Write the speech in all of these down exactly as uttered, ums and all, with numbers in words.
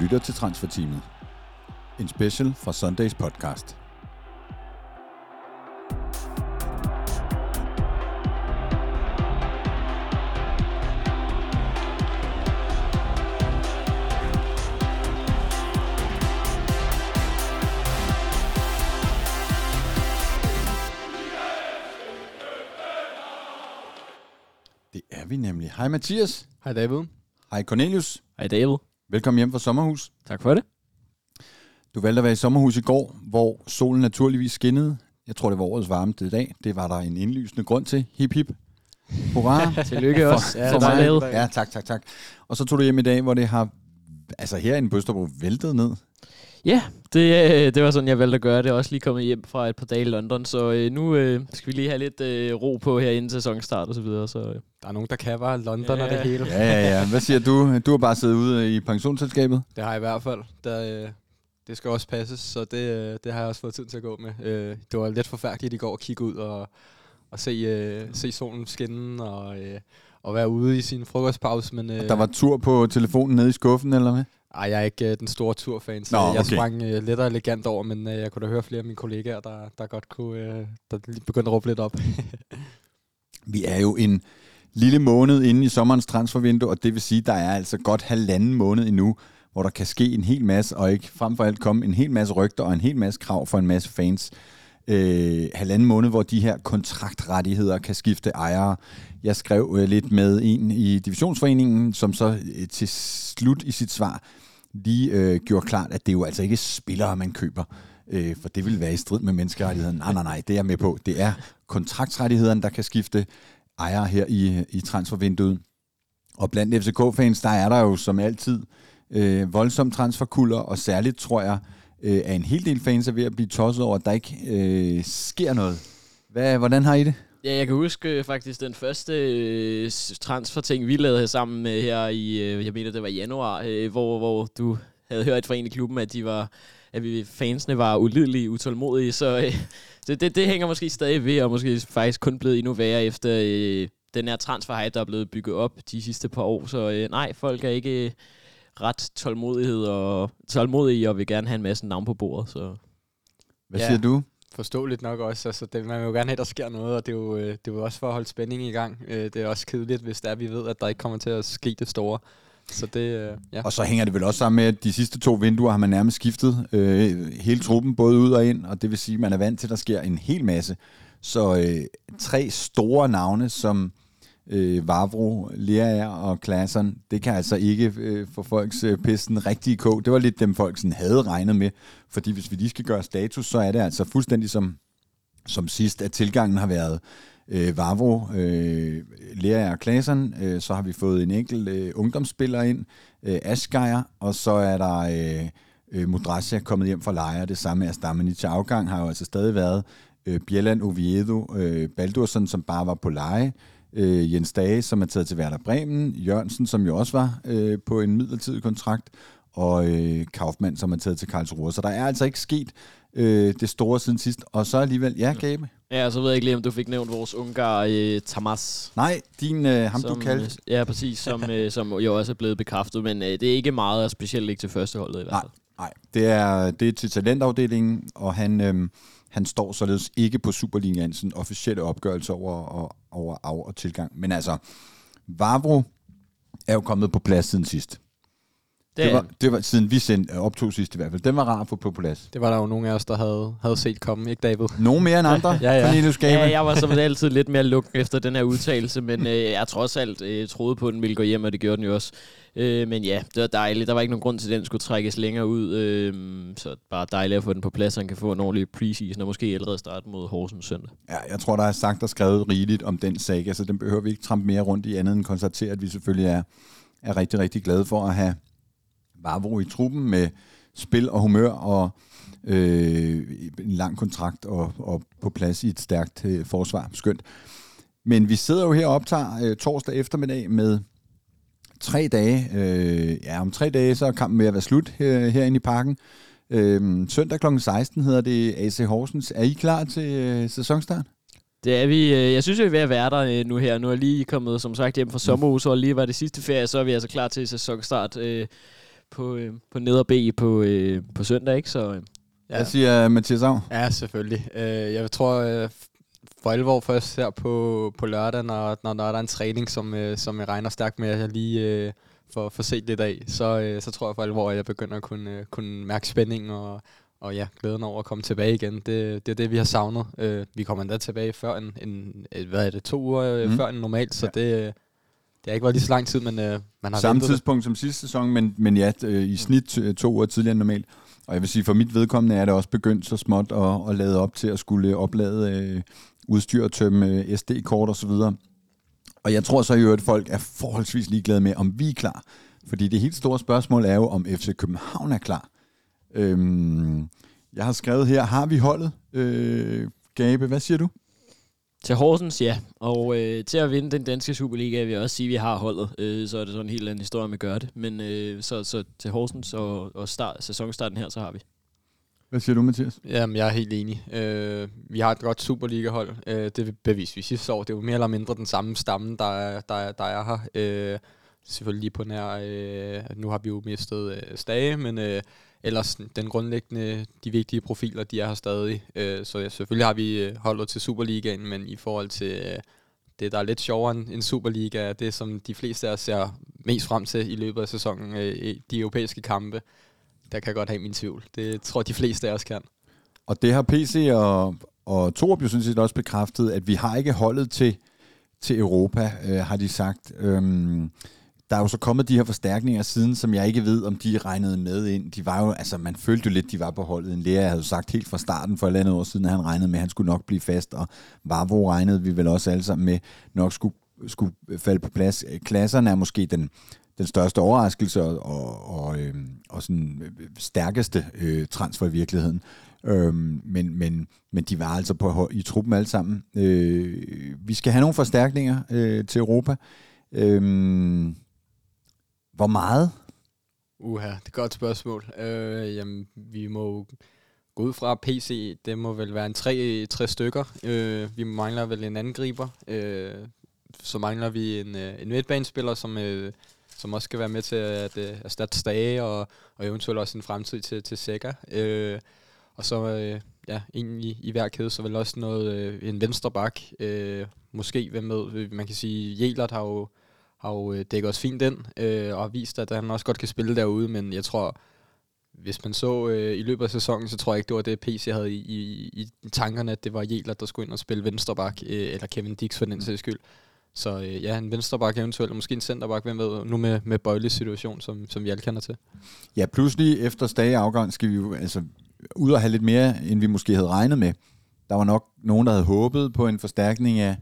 lytter til Transferteamet. En special fra Sundays podcast. Det er vi nemlig. Hej Mathias. Hej David. Hej Cornelius. Hej David. Velkommen hjem fra sommerhus. Tak for det. Du valgte at være i sommerhus i går, hvor solen naturligvis skinnede. Jeg tror, det var årets varmeste i dag. Det var der en indlysende grund til. Hip hip. Hurra. Tillykke også. For, Ja, for dig, mig. David. Ja, tak, tak, tak. Og så tog du hjem i dag, hvor det har, altså herinde på Østerbro, væltet ned. Ja, det, øh, det var sådan, jeg valgte at gøre det. Jeg er også lige kommet hjem fra et par dage i London, så øh, nu øh, skal vi lige have lidt øh, ro på her inden sæsonstart og så videre. Så, øh. Der er nogen, der kan bare London Ja. og det hele. Ja, ja, ja. Hvad siger du? Du har bare siddet ude i pensionsselskabet. Det har jeg i hvert fald. Der, øh, det skal også passes, så det, øh, det har jeg også fået tid til at gå med. Øh, det var lidt forfærdeligt i går at kigge ud og, og se, øh, se solen skinne og, øh, og være ude i sin frokostpause. Men, øh, Der var tur på telefonen nede i skuffen, eller hvad? ej, jeg er ikke øh, den store turfan, så Nå, jeg okay. sprang øh, lidt og elegant over, men øh, jeg kunne da høre flere af mine kollegaer, der, der godt kunne øh, der lige begyndte at råbe lidt op. Vi er jo en lille måned inde i sommerens transfervindue, og det vil sige, at der er altså godt halvanden måned endnu, hvor der kan ske en hel masse, og ikke frem for alt komme en hel masse rygter og en hel masse krav for en masse fans. Øh, halvanden måned, hvor de her kontraktrettigheder kan skifte ejere. Jeg skrev øh, lidt med en i divisionsforeningen, som så øh, til slut i sit svar lige øh, gjorde klart, at det jo altså ikke spillere, man køber, øh, for det vil være i strid med menneskerettighederne. Nej, nej, nej, det er jeg med på. Det er kontraktrettighederne, der kan skifte ejere her i, i transfervinduet. Og blandt F C K-fans, der er der jo som altid øh, voldsomme transferkulder, og særligt tror jeg, øh, at en hel del fans er ved at blive tosset over, at der ikke øh, sker noget. Hvad, hvordan har I det? Ja, jeg kan huske øh, faktisk den første øh, transferting, vi lavede sammen øh, her i, øh, jeg mener det var januar, øh, hvor, hvor du havde hørt fra en i klubben, at de var, at vi fansene var ulidelige, utålmodige, så øh, det, det, det hænger måske stadig ved, og måske faktisk kun blevet endnu værre efter øh, den her transferhype, der er blevet bygget op de sidste par år, så øh, nej, folk er ikke øh, ret tålmodighed og tålmodige, og vil gerne have en masse navn på bordet, så... Hvad Ja. siger du? Forståeligt nok også. Altså, det, man vil jo gerne have, at der sker noget, og det er jo, øh, det er jo også for at holde spænding i gang. Øh, det er også kedeligt, hvis det er, vi ved, at der ikke kommer til at ske det store. Så det, øh, ja. Og så hænger det vel også sammen med, at de sidste to vinduer har man nærmest skiftet øh, hele truppen, både ud og ind, og det vil sige, at man er vant til, at der sker en hel masse. Så øh, tre store navne, som øh, Vavro, Lerager og Klaassen, det kan altså ikke øh, få folks øh, pisten rigtig i kog. Det var lidt dem, folk sådan havde regnet med, fordi hvis vi lige skal gøre status, så er det altså fuldstændig som, som sidst, at tilgangen har været øh, Vavro, øh, Lerager og Klaassen, øh, så har vi fået en enkelt øh, ungdomsspiller ind, øh, Asgeir, og så er der øh, øh, Mudrasja kommet hjem fra Lejre, det samme er Stammen til afgang, har jo altså stadig været øh, Bjelland, Oviedo, øh, Baldursson, som bare var på leje, øh, Jens Dage, som er taget til Werder Bremen, Jørgensen, som jo også var øh, på en midlertidig kontrakt, og øh, Kaufmann, som er taget til Karlsruhe. Så der er altså ikke sket øh, det store siden sidst. Og så alligevel, ja, Gabe? Ja, så ved jeg ikke lige, om du fik nævnt vores ungar øh, Tamas. Nej, din, øh, ham som, du kaldte. Ja, præcis, som, øh, som jo også er blevet bekræftet, men øh, det er ikke meget, og specielt ikke til førsteholdet i hvert fald. Nej, det er, det er til talentafdelingen, og han, øh, han står således ikke på Superligaens officielle opgørelse over, over af- og tilgang. Men altså, Vavro er jo kommet på plads siden sidst. Det, Det var, det var siden vi sendte optog sidst i hvert fald. Den var rar at få på plads. Det var der jo nogle af os, der havde, havde set komme, ikke David? Nogle mere end andre, Ja, ja. Cornelius Gabe. ja, jeg var som altid lidt mere lukket efter den her udtalelse, men øh, jeg trods alt øh, troede på, at den ville gå hjem, og det gjorde den jo også. Øh, men ja, det var dejligt. Der var ikke nogen grund til, at den skulle trækkes længere ud. Øh, så bare dejligt at få den på plads, så han kan få en ordentlig preseason, og måske allerede starte mod Horsens søndag. Ja, jeg tror, der er sagt og skrevet rigeligt om den sag, så den behøver vi ikke trampe mere rundt i andet end konstatere, at vi selvfølgelig er, er rigtig, rigtig glade for at have Vavro i truppen med spil og humør og øh, en lang kontrakt og, og på plads i et stærkt øh, forsvar. Skønt. Men vi sidder jo her og optager øh, torsdag eftermiddag med tre dage. Øh, ja, om tre dage så er kampen ved at være slut her, herinde i parken. Øh, søndag klokken seksten hedder det A C Horsens. Er I klar til øh, sæsonstart? Det er vi. Jeg synes, vi er ved at være der nu her. Nu er jeg lige kommet, som sagt, hjem fra sommerhus, og lige var det sidste ferie, så er vi altså klar til sæsonstart. på, øh, på neder B på, øh, på søndag, ikke? Så, øh. Ja. Hvad siger Mathias Au? Ja, selvfølgelig. Øh, jeg tror øh, for alvor først her på, på lørdag, når, når der er en træning, som, øh, som jeg regner stærkt med, at jeg lige øh, får, får set lidt af, så, øh, så tror jeg for alvor, at jeg begynder at kunne, øh, kunne mærke spænding og, og ja, glæden over at komme tilbage igen. Det, det er det, vi har savnet. Øh, vi kommer endda tilbage før en, en, hvad er det, to uger mm. før en normalt, så ja. det... Det har ikke været lige så lang tid, men øh, man har samme tidspunkt det. Som sidste sæson, men, men ja, øh, i snit øh, to uger tidligere end normalt. Og jeg vil sige, for mit vedkommende er det også begyndt så småt at, at lade op til at skulle oplade øh, udstyr og tømme øh, S D-kort og så videre. Og jeg tror så i øvrigt, at folk er forholdsvis ligeglade med, om vi er klar. Fordi det helt store spørgsmål er jo, om F C København er klar. Øhm, jeg har skrevet her, har vi holdet? Øh, Gabe, hvad siger du? Til Horsens, ja. Og øh, til at vinde den danske Superliga, vil jeg også sige, at vi har holdet. Øh, så er det sådan en helt anden historie, om vi gør det. Men øh, så, så til Horsens og, og start, sæsonstarten her, så har vi. Hvad siger du, Mathias? Jamen, jeg er helt enig. Øh, vi har et godt Superliga-hold. Øh, det beviste vi sidste år. Det er jo mere eller mindre den samme stamme, der er, der er, der er her. Øh, selvfølgelig lige på nær... Øh, nu har vi jo mistet øh, Stage, men... Øh, ellers den grundlæggende, de vigtige profiler, de er her stadig. Øh, så ja, selvfølgelig har vi holdet til Superligaen, men i forhold til øh, det, der er lidt sjovere end en Superliga, det som de fleste af os ser mest frem til i løbet af sæsonen, øh, de europæiske kampe, der kan jeg godt have min tvivl. Det tror de fleste af os kan. Og det har P C og, og Torup jo sådan set også bekræftet, at vi har ikke holdet til, til Europa, øh, har de sagt. Øhm Der er jo så kommet de her forstærkninger siden, som jeg ikke ved, om de regnede med ind. De var jo, altså man følte jo lidt, de var på holdet. En lærer havde jo sagt helt fra starten for et eller andet år siden, at han regnede med, at han skulle nok blive fast, og Vavro regnede vi vel også alle sammen med, nok skulle, skulle falde på plads. Klasserne er måske den, den største overraskelse og, og, og, øh, og sådan stærkeste øh, transfer i virkeligheden. Øh, men, men, men de var altså på, i truppen alle sammen. Øh, vi skal have nogle forstærkninger øh, til Europa. Øh, Hvor meget? Uha, det er et godt spørgsmål. Øh, jamen, vi må gå ud fra P C, det må vel være en tre, tre stykker. Øh, vi mangler vel en angriber. Øh, så mangler vi en, en midtbanespiller, som, øh, som også skal være med til at øh, erstatte Stage, og, og eventuelt også en fremtid til, til Sækker. Øh, og så øh, ja, en i, i hver kæde, så vel også noget, øh, en venstre bak. Øh, måske, hvem med, man kan sige, Jelert har jo har jo dækket os fint ind, øh, og har vist, at han også godt kan spille derude, men jeg tror, hvis man så øh, i løbet af sæsonen, så tror jeg ikke, det var det, P C havde i, i, i tankerne, at det var Jelert, der skulle ind og spille vensterbak, øh, eller Kevin Dix for den sags skyld. Så øh, ja, en vensterbak eventuelt, og måske en centerbak, hvem ved, nu med, med Bøjles situation, som, som vi alle kender til. Ja, pludselig efter Stage afgang skal vi jo altså ud og have lidt mere, end vi måske havde regnet med. Der var nok nogen, der havde håbet på en forstærkning af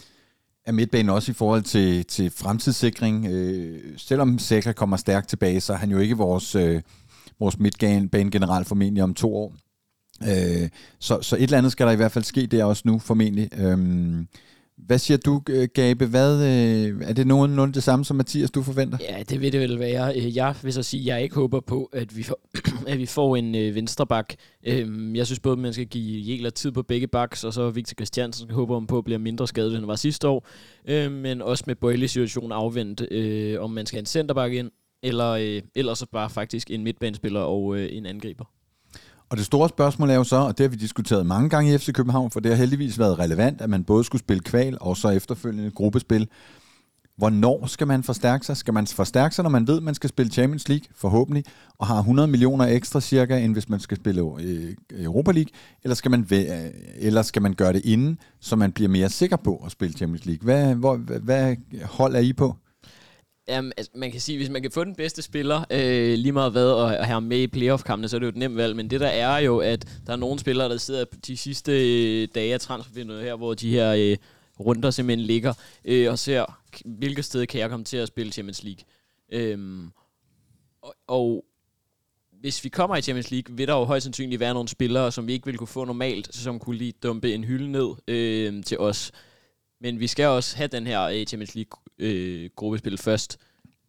af midtbanen også i forhold til, til fremtidssikring. Øh, selvom Sækker kommer stærkt tilbage, så er han jo ikke vores, øh, vores midtbanegeneral formentlig om to år. Øh, så, så et eller andet skal der i hvert fald ske der også nu formentlig. Øh, hvad siger du, Gabe? Hvad, øh, er det nogenlunde det samme som Mathias, du forventer? Ja, det vil det vel være. Jeg vil så sige, at jeg ikke håber på, at vi får, at vi får en øh, venstrebak. Øhm, jeg synes både, at man skal give Jelert tid på begge baks, og så Victor Christiansen håber om på at blive mindre skadet, end han var sidste år. Øh, men også med Bøjles situation afvendt, øh, om man skal have en centerbak ind, eller øh, ellers så bare faktisk en midtbanespiller og øh, en angriber. Og det store spørgsmål er jo så, og det har vi diskuteret mange gange i F C København, for det har heldigvis været relevant, at man både skulle spille kval og så efterfølgende gruppespil. Hvornår skal man forstærke sig? Skal man forstærke sig, når man ved, at man skal spille Champions League, forhåbentlig, og har hundrede millioner ekstra cirka, end hvis man skal spille Europa League? Eller skal man, eller skal man gøre det inden, så man bliver mere sikker på at spille Champions League? Hvad, hvor, hvad hold er I på? Jamen, altså, man kan sige, hvis man kan få den bedste spiller øh, lige meget hvad, og have med i playoff-kampene, så er det jo et nemt valg. Men det der er jo, at der er nogle spillere, der sidder de sidste øh, dage af transfervinduet her, hvor de her øh, runder simpelthen ligger, øh, og ser, hvilket sted kan jeg komme til at spille Champions League. Øhm, og, og hvis vi kommer i Champions League, vil der jo højst sandsynligt være nogle spillere, som vi ikke ville kunne få normalt, som kunne lige dumpe en hylde ned øh, til os. Men vi skal også have den her uh, Champions League-gruppespil uh, først.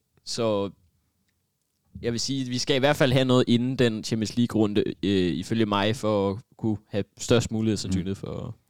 Så jeg vil sige, at vi skal i hvert fald have noget inden den Champions League-runde, uh, ifølge mig, for at kunne have størst mulighed sandsynlighed for.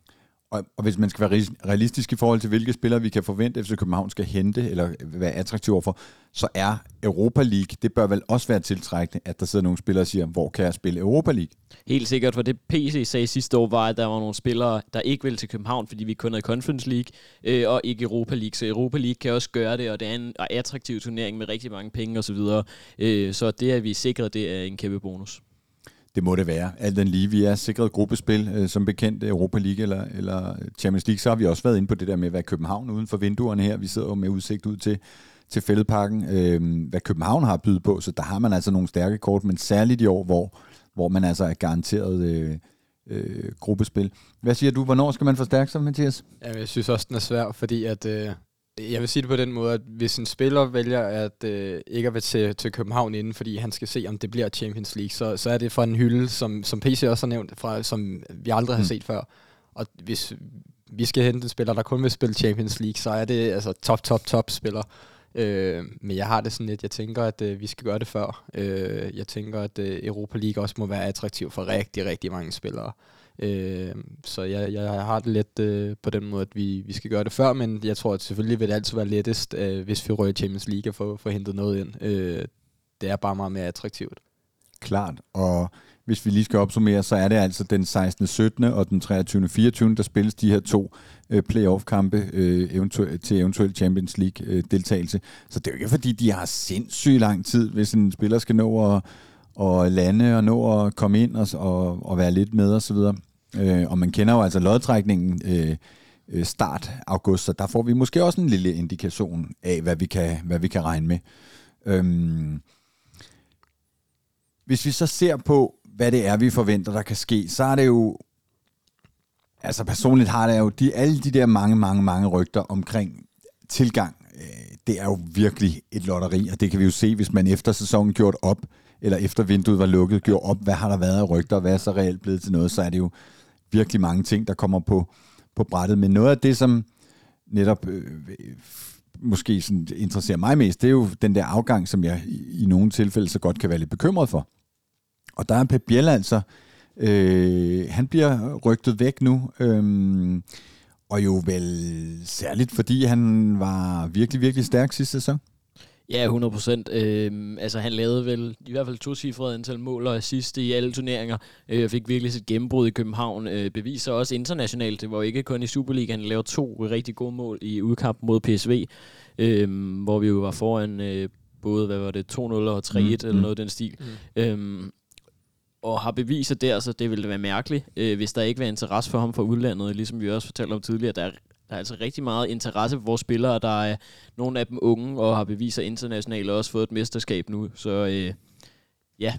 Og, og hvis man skal være realistisk i forhold til, hvilke spillere vi kan forvente, F C København skal hente, eller være attraktiv for, så er Europa League, det bør vel også være tiltrækkende, at der sidder nogle spillere og siger, hvor kan jeg spille Europa League? Helt sikkert, for det P C sagde sidste år var, at der var nogle spillere, der ikke ville til København, fordi vi kun havde Conference League, øh, og ikke Europa League. Så Europa League kan også gøre det, og det er en attraktiv turnering med rigtig mange penge osv. Øh, så det, at vi er sikret, det er en kæmpe bonus. Det må det være. Alt den lige. Vi er sikret gruppespil, øh, som bekendt Europa League eller, eller Champions League. Så har vi også været inde på det der med, hvad København uden for vinduerne her. Vi sidder jo med udsigt ud til, til Fælledparken. Øh, hvad København har at byde på, så der har man altså nogle stærke kort, men særligt i år, hvor, hvor man altså er garanteret øh, øh, gruppespil. Hvad siger du? Hvornår skal man forstærke sig, Mathias? Ja, jeg synes også, den er svær, fordi at... Øh Jeg vil sige det på den måde, at hvis en spiller vælger at øh, ikke at være til, til København inden, fordi han skal se, om det bliver Champions League, så, så er det fra en hylde, som, som P C også har nævnt, fra, som vi aldrig har mm. set før. Og hvis vi skal hente en spiller, der kun vil spille Champions League, så er det altså top, top, top spiller. Øh, men jeg har det sådan lidt, jeg tænker, at øh, vi skal gøre det før. Øh, jeg tænker, at øh, Europa League også må være attraktiv for rigtig, rigtig mange spillere. Øh, så jeg, jeg har det lidt øh, på den måde, at vi, vi skal gøre det før, men jeg tror, at selvfølgelig vil det altid være lettest, øh, hvis vi rører Champions League og får, får hentet noget ind. Øh, det er bare meget mere attraktivt. Klart, og hvis vi lige skal opsummere, så er det altså den sekstende syttende og den treogtyvende fireogtyvende der spilles de her to øh, playoff-kampe øh, eventu- til eventuel Champions League-deltagelse. Øh, så det er jo ikke, fordi de har sindssygt lang tid, hvis en spiller skal nå at, at lande og nå at komme ind og, og, og være lidt med osv. Øh, og man kender jo altså lodtrækningen øh, start august, så der får vi måske også en lille indikation af, hvad vi kan, hvad vi kan regne med. Øhm, Hvis vi så ser på, hvad det er, vi forventer, der kan ske, så er det jo, altså personligt har det jo, de, alle de der mange, mange, mange rygter omkring tilgang, øh, det er jo virkelig et lotteri, og det kan vi jo se, hvis man efter sæsonen gjort op, eller efter vinduet var lukket, gjort op, hvad har der været af rygter, og hvad er så reelt blevet til noget, så er det jo virkelig mange ting, der kommer på, på brættet. Men noget af det, som netop øh, måske sådan interesserer mig mest, det er jo den der afgang, som jeg i, i nogle tilfælde så godt kan være lidt bekymret for. Og der er Pep Biel altså, øh, han bliver rygtet væk nu, øh, og jo vel særligt, fordi han var virkelig, virkelig stærk sidste sæson. Ja, hundrede procent. Øh, altså han lavede vel i hvert fald to-cifrede antal mål og assist i alle turneringer. Øh, fik virkelig sit gennembrud i København. Øh, beviser også internationalt. Det var ikke kun i Superligaen. Han lavede to rigtig gode mål i udkamp mod P S V, øh, hvor vi jo var foran øh, både, hvad var det, to nul og tre et mm. eller noget af den stil. Mm. Øh, og har beviser der, så det ville være mærkeligt, øh, hvis der ikke var interesse for ham fra udlandet, ligesom vi også fortalte om tidligere. Der er, der er altså rigtig meget interesse for vores spillere, der er nogle af dem unge, og har beviser internationalt, og også fået et mesterskab nu. Så øh, ja,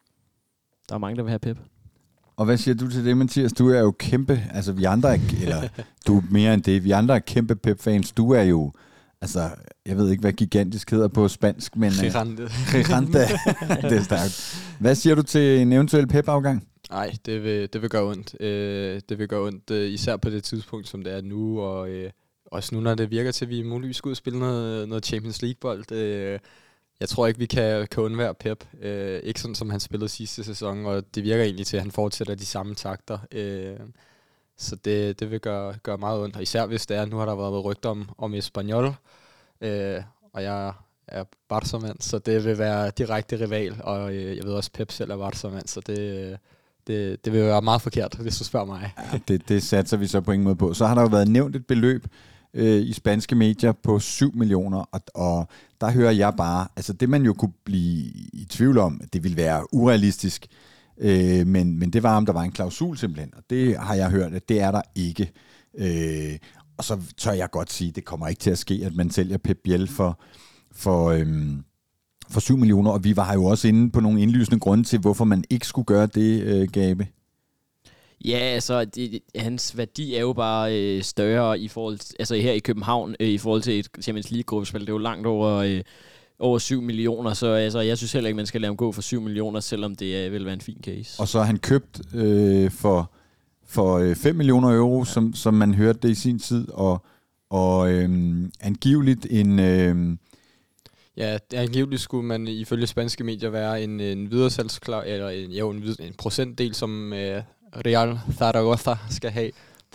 der er mange, der vil have Pep. Og hvad siger du til det, Mathias? Du er jo kæmpe, altså vi andre er, eller du er mere end det, vi andre er kæmpe Pep-fans. Du er jo, altså, jeg ved ikke, hvad gigantisk hedder på spansk, men... Gigante. Gigante, det er stærkt. Hvad siger du til en eventuel Pep-afgang? Nej, det vil, det vil gøre ondt. Øh, det vil gøre ondt, øh, især på det tidspunkt, som det er nu, og øh, også nu, når det virker til, at vi muligvis skal ud og spille noget, noget Champions League-bold. Øh, jeg tror ikke, vi kan, kan undvære Pep. Øh, ikke sådan, som han spillede sidste sæson, og det virker egentlig til, at han fortsætter de samme takter. Øh, så det, det vil gøre, gøre meget ondt, og især hvis det er, nu har der været rygter om, om Espanyol, øh, og jeg er Barca-mand, så det vil være direkte rival, og øh, jeg ved også, Pep selv er Barca-mand, så det... Det, det vil være meget forkert, hvis du spørger mig. Ja, det, det satser vi så på ingen måde på. Så har der jo været nævnt et beløb øh, i spanske medier på syv millioner, og, og der hører jeg bare, altså det man jo kunne blive i tvivl om, det ville være urealistisk, øh, men, men det var, om der var en klausul simpelthen, og det har jeg hørt, at det er der ikke. Øh, og så tør jeg godt sige, det kommer ikke til at ske, at man sælger Pep Biel for... for øh, for syv millioner, og vi var jo også inde på nogle indlysende grunde til, hvorfor man ikke skulle gøre det, øh, Gabe. Ja, altså, det, hans værdi er jo bare øh, større i forhold til, altså her i København, øh, i forhold til et Champions League-gruppespil. Det er jo langt over, øh, over syv millioner, så altså, jeg synes heller ikke, man skal lade ham gå for syv millioner, selvom det øh, vil være en fin case. Og så har han købt øh, for, for øh, fem millioner euro, ja. som, som man hørte det i sin tid, og, og øh, angiveligt en... Øh, Ja, angiveligt skulle man ifølge spanske medier være en, en videresalgsklar, eller en, jo, en, en procentdel, som uh, Real Zaragoza skal have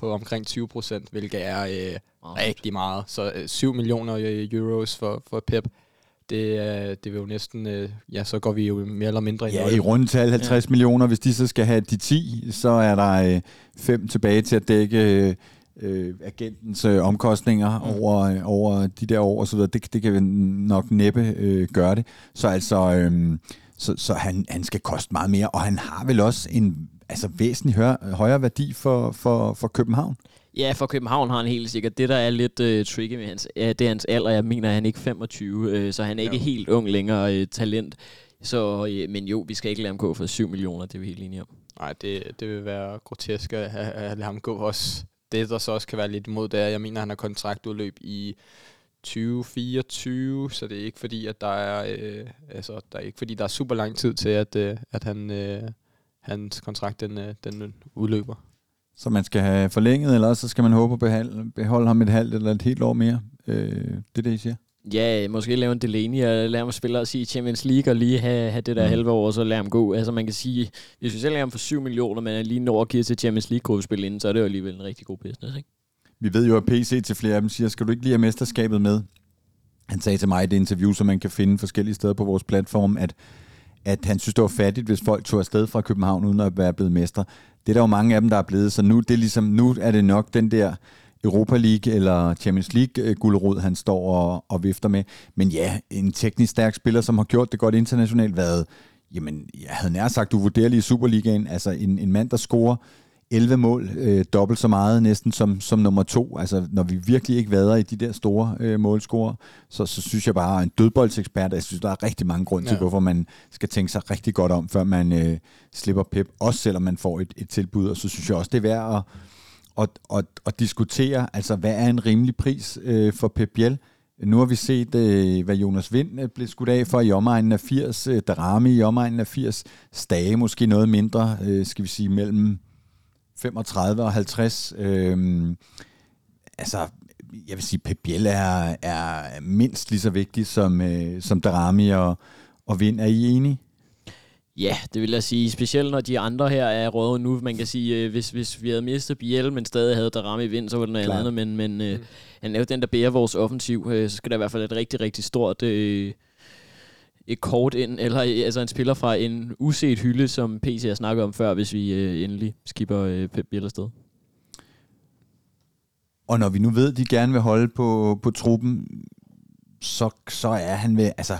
på omkring tyve procent, hvilket er øh, rigtig meget. Så øh, syv millioner euros for, for Pep, det, øh, det vil jo næsten, øh, ja, så går vi jo mere eller mindre i Ja, i rundetal halvtreds ja. millioner. Hvis de så skal have de ti, så er der øh, fem tilbage til at dække øh, øh, agentens øh, omkostninger mm. over, øh, over de der år og så videre. Det, det kan vi nok næppe øh, gøre det. Så altså, øh, så, så han, han skal koste meget mere, og han har vel også en altså væsentlig højere, højere værdi for, for, for København. Ja, for København har han helt sikkert. Det, der er lidt uh, tricky med hans, ja, det er hans alder. Jeg mener, at han er ikke femogtyve, uh, så han er ikke ja. helt ung længere uh, talent. Så, uh, men jo, vi skal ikke lade ham gå for syv millioner, det er vi helt enige om. Nej, det, det vil være grotesk at lade ham gå også. Det, der så også kan være lidt imod, det er, jeg mener, at han har kontraktudløb i tyve fireogtyve, så det er ikke fordi, at der er, øh, altså, der er ikke fordi, der er super lang tid til, at, øh, at han, øh, hans kontrakt den, øh, den udløber. Så man skal have forlænget, eller så skal man håbe at beholde, beholde ham et halvt eller et helt år mere? Øh, det er det, I siger? Ja, måske lave en Delaney og lade ham spille og sige Champions League og lige have, have det der mm. halve år, og så lade ham gå. Altså man kan sige, hvis vi selv lader ham for syv millioner, men er lige når at give til Champions League-gruppespil inden, så er det jo alligevel en rigtig god business, ikke? Vi ved jo, at P C til flere af dem siger, skal du ikke lige have mesterskabet med? Han sagde til mig i det interview, som man kan finde forskellige steder på vores platform, at, at han synes, det var fattigt, hvis folk tog afsted fra København uden at være blevet mester. Det er der jo mange af dem, der er blevet, så nu, det er ligesom, nu er det nok den der Europa League eller Champions League guldrod, han står og, og vifter med. Men ja, en teknisk stærk spiller, som har gjort det godt internationalt, været, jamen, jeg havde nær sagt uvurderlig i Superligaen, altså en, en mand, der scorer elleve mål, øh, dobbelt så meget næsten som, som nummer to. Altså, når vi virkelig ikke vader i de der store øh, målscorer, så, så synes jeg bare, en dødboldsekspert, jeg synes, der er rigtig mange grunde til, ja. hvorfor man skal tænke sig rigtig godt om, før man øh, slipper Pep, også selvom man får et, et tilbud. Og så synes jeg også, det er værd at, at, at, at diskutere, altså, hvad er en rimelig pris øh, for Pep Biel? Nu har vi set, øh, hvad Jonas Vind blev skudt af for i omegnen af firs, øh, Darami i omegnen af firs, Stage måske noget mindre, øh, skal vi sige, mellem femogtredive og halvtreds. Øhm, altså, jeg vil sige, Pep Biel er, er mindst lige så vigtig som, øh, som Darami og, og Vind. Er I enige? Ja, det vil jeg sige. Specielt når de andre her er røde nu. Man kan sige, øh, hvis, hvis vi havde mistet Biel, men stadig havde Darami Vind, så var det noget Klar. andet. Men, men øh, mm. han er jo den, der bærer vores offensiv. Øh, så skal der i hvert fald et rigtig, rigtig stort øh, et kort ind, eller altså en spiller fra en uset hylde, som P C har snakket om før, hvis vi øh, endelig skipper øh, Pep Biel afsted. Og når vi nu ved, at de gerne vil holde på, på truppen, så, så er han ved, altså,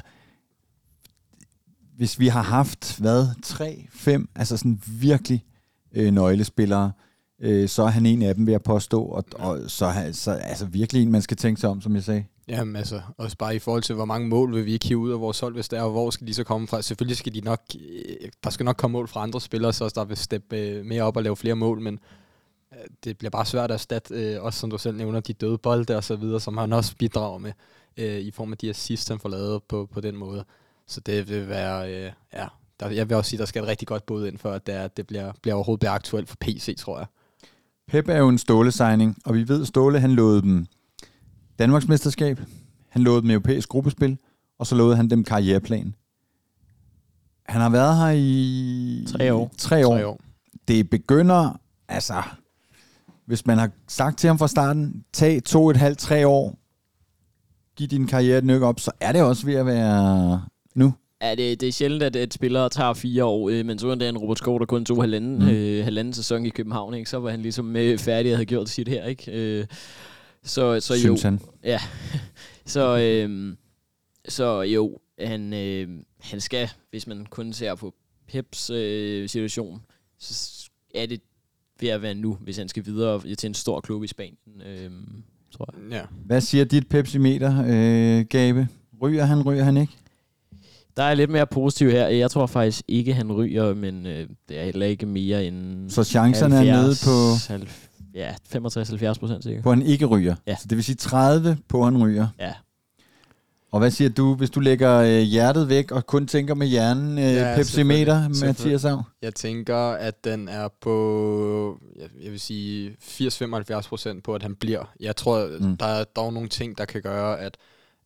hvis vi har haft, hvad, tre, fem, altså sådan virkelig øh, nøglespillere, øh, så er han en af dem, vil jeg påstå, og, og så, så altså virkelig en, man skal tænke sig om, som jeg sagde. Jamen altså, også bare i forhold til, hvor mange mål vil vi ikke hive ud af vores hold, hvis der er, og hvor skal de så komme fra? Selvfølgelig skal de nok, der skal nok komme mål fra andre spillere, så der vil steppe mere op og lave flere mål, men det bliver bare svært at erstatte, også som du selv nævner, de døde bolde og så videre, som han også bidrager med, i form af de assists, han får lavet på, på den måde. Så det vil være, ja, der, jeg vil også sige, der skal et rigtig godt bud ind, for at det, er, det bliver, bliver overhovedet bliver aktuelt for P C, tror jeg. Pep er jo en Ståle-signing, og vi ved, at Ståle, han lovede dem Danmarksmesterskab, han lovede dem europæisk gruppespil, og så lovede han dem karriereplan. Han har været her i tre år. Tre år. Tre år. Det begynder, altså, hvis man har sagt til ham fra starten, tag to et halvt, tre år, giv din karriere et nyk op, så er det også ved at være nu. Ja, det, det er sjældent, at et spiller tager fire år, øh, men så var det en Robert Skov, der kun tog halvanden, mm. øh, halvanden sæson i København, ikke? Så var han ligesom øh, færdig og havde gjort sit her, ikke? Øh, så, så Synes jo, han. Ja, så, øh, så jo, han, øh, han skal, hvis man kun ser på Peps øh, situation, så er det ved at være nu, hvis han skal videre til en stor klub i Spanien, øh, tror jeg. Ja. Hvad siger dit Pepsi-meter, øh, Gabe? Ryger han, ryger han ikke? Der er lidt mere positiv her. Jeg tror faktisk ikke, han ryger, men øh, det er heller ikke mere end... Så chancerne halvfjerds, er nede på... halvfjerds, ja, femogtres til halvfjerds procent sikkert. På han ikke ryger? Ja. Så det vil sige tredive på han ryger? Ja. Og hvad siger du, hvis du lægger øh, hjertet væk og kun tænker med hjernen, øh, ja, Pepsi-meter, Mathias Av? Jeg tænker, at den er på, jeg, jeg vil sige, firs til femoghalvfjerds procent på, at han bliver. Jeg tror, mm. der er dog nogle ting, der kan gøre, at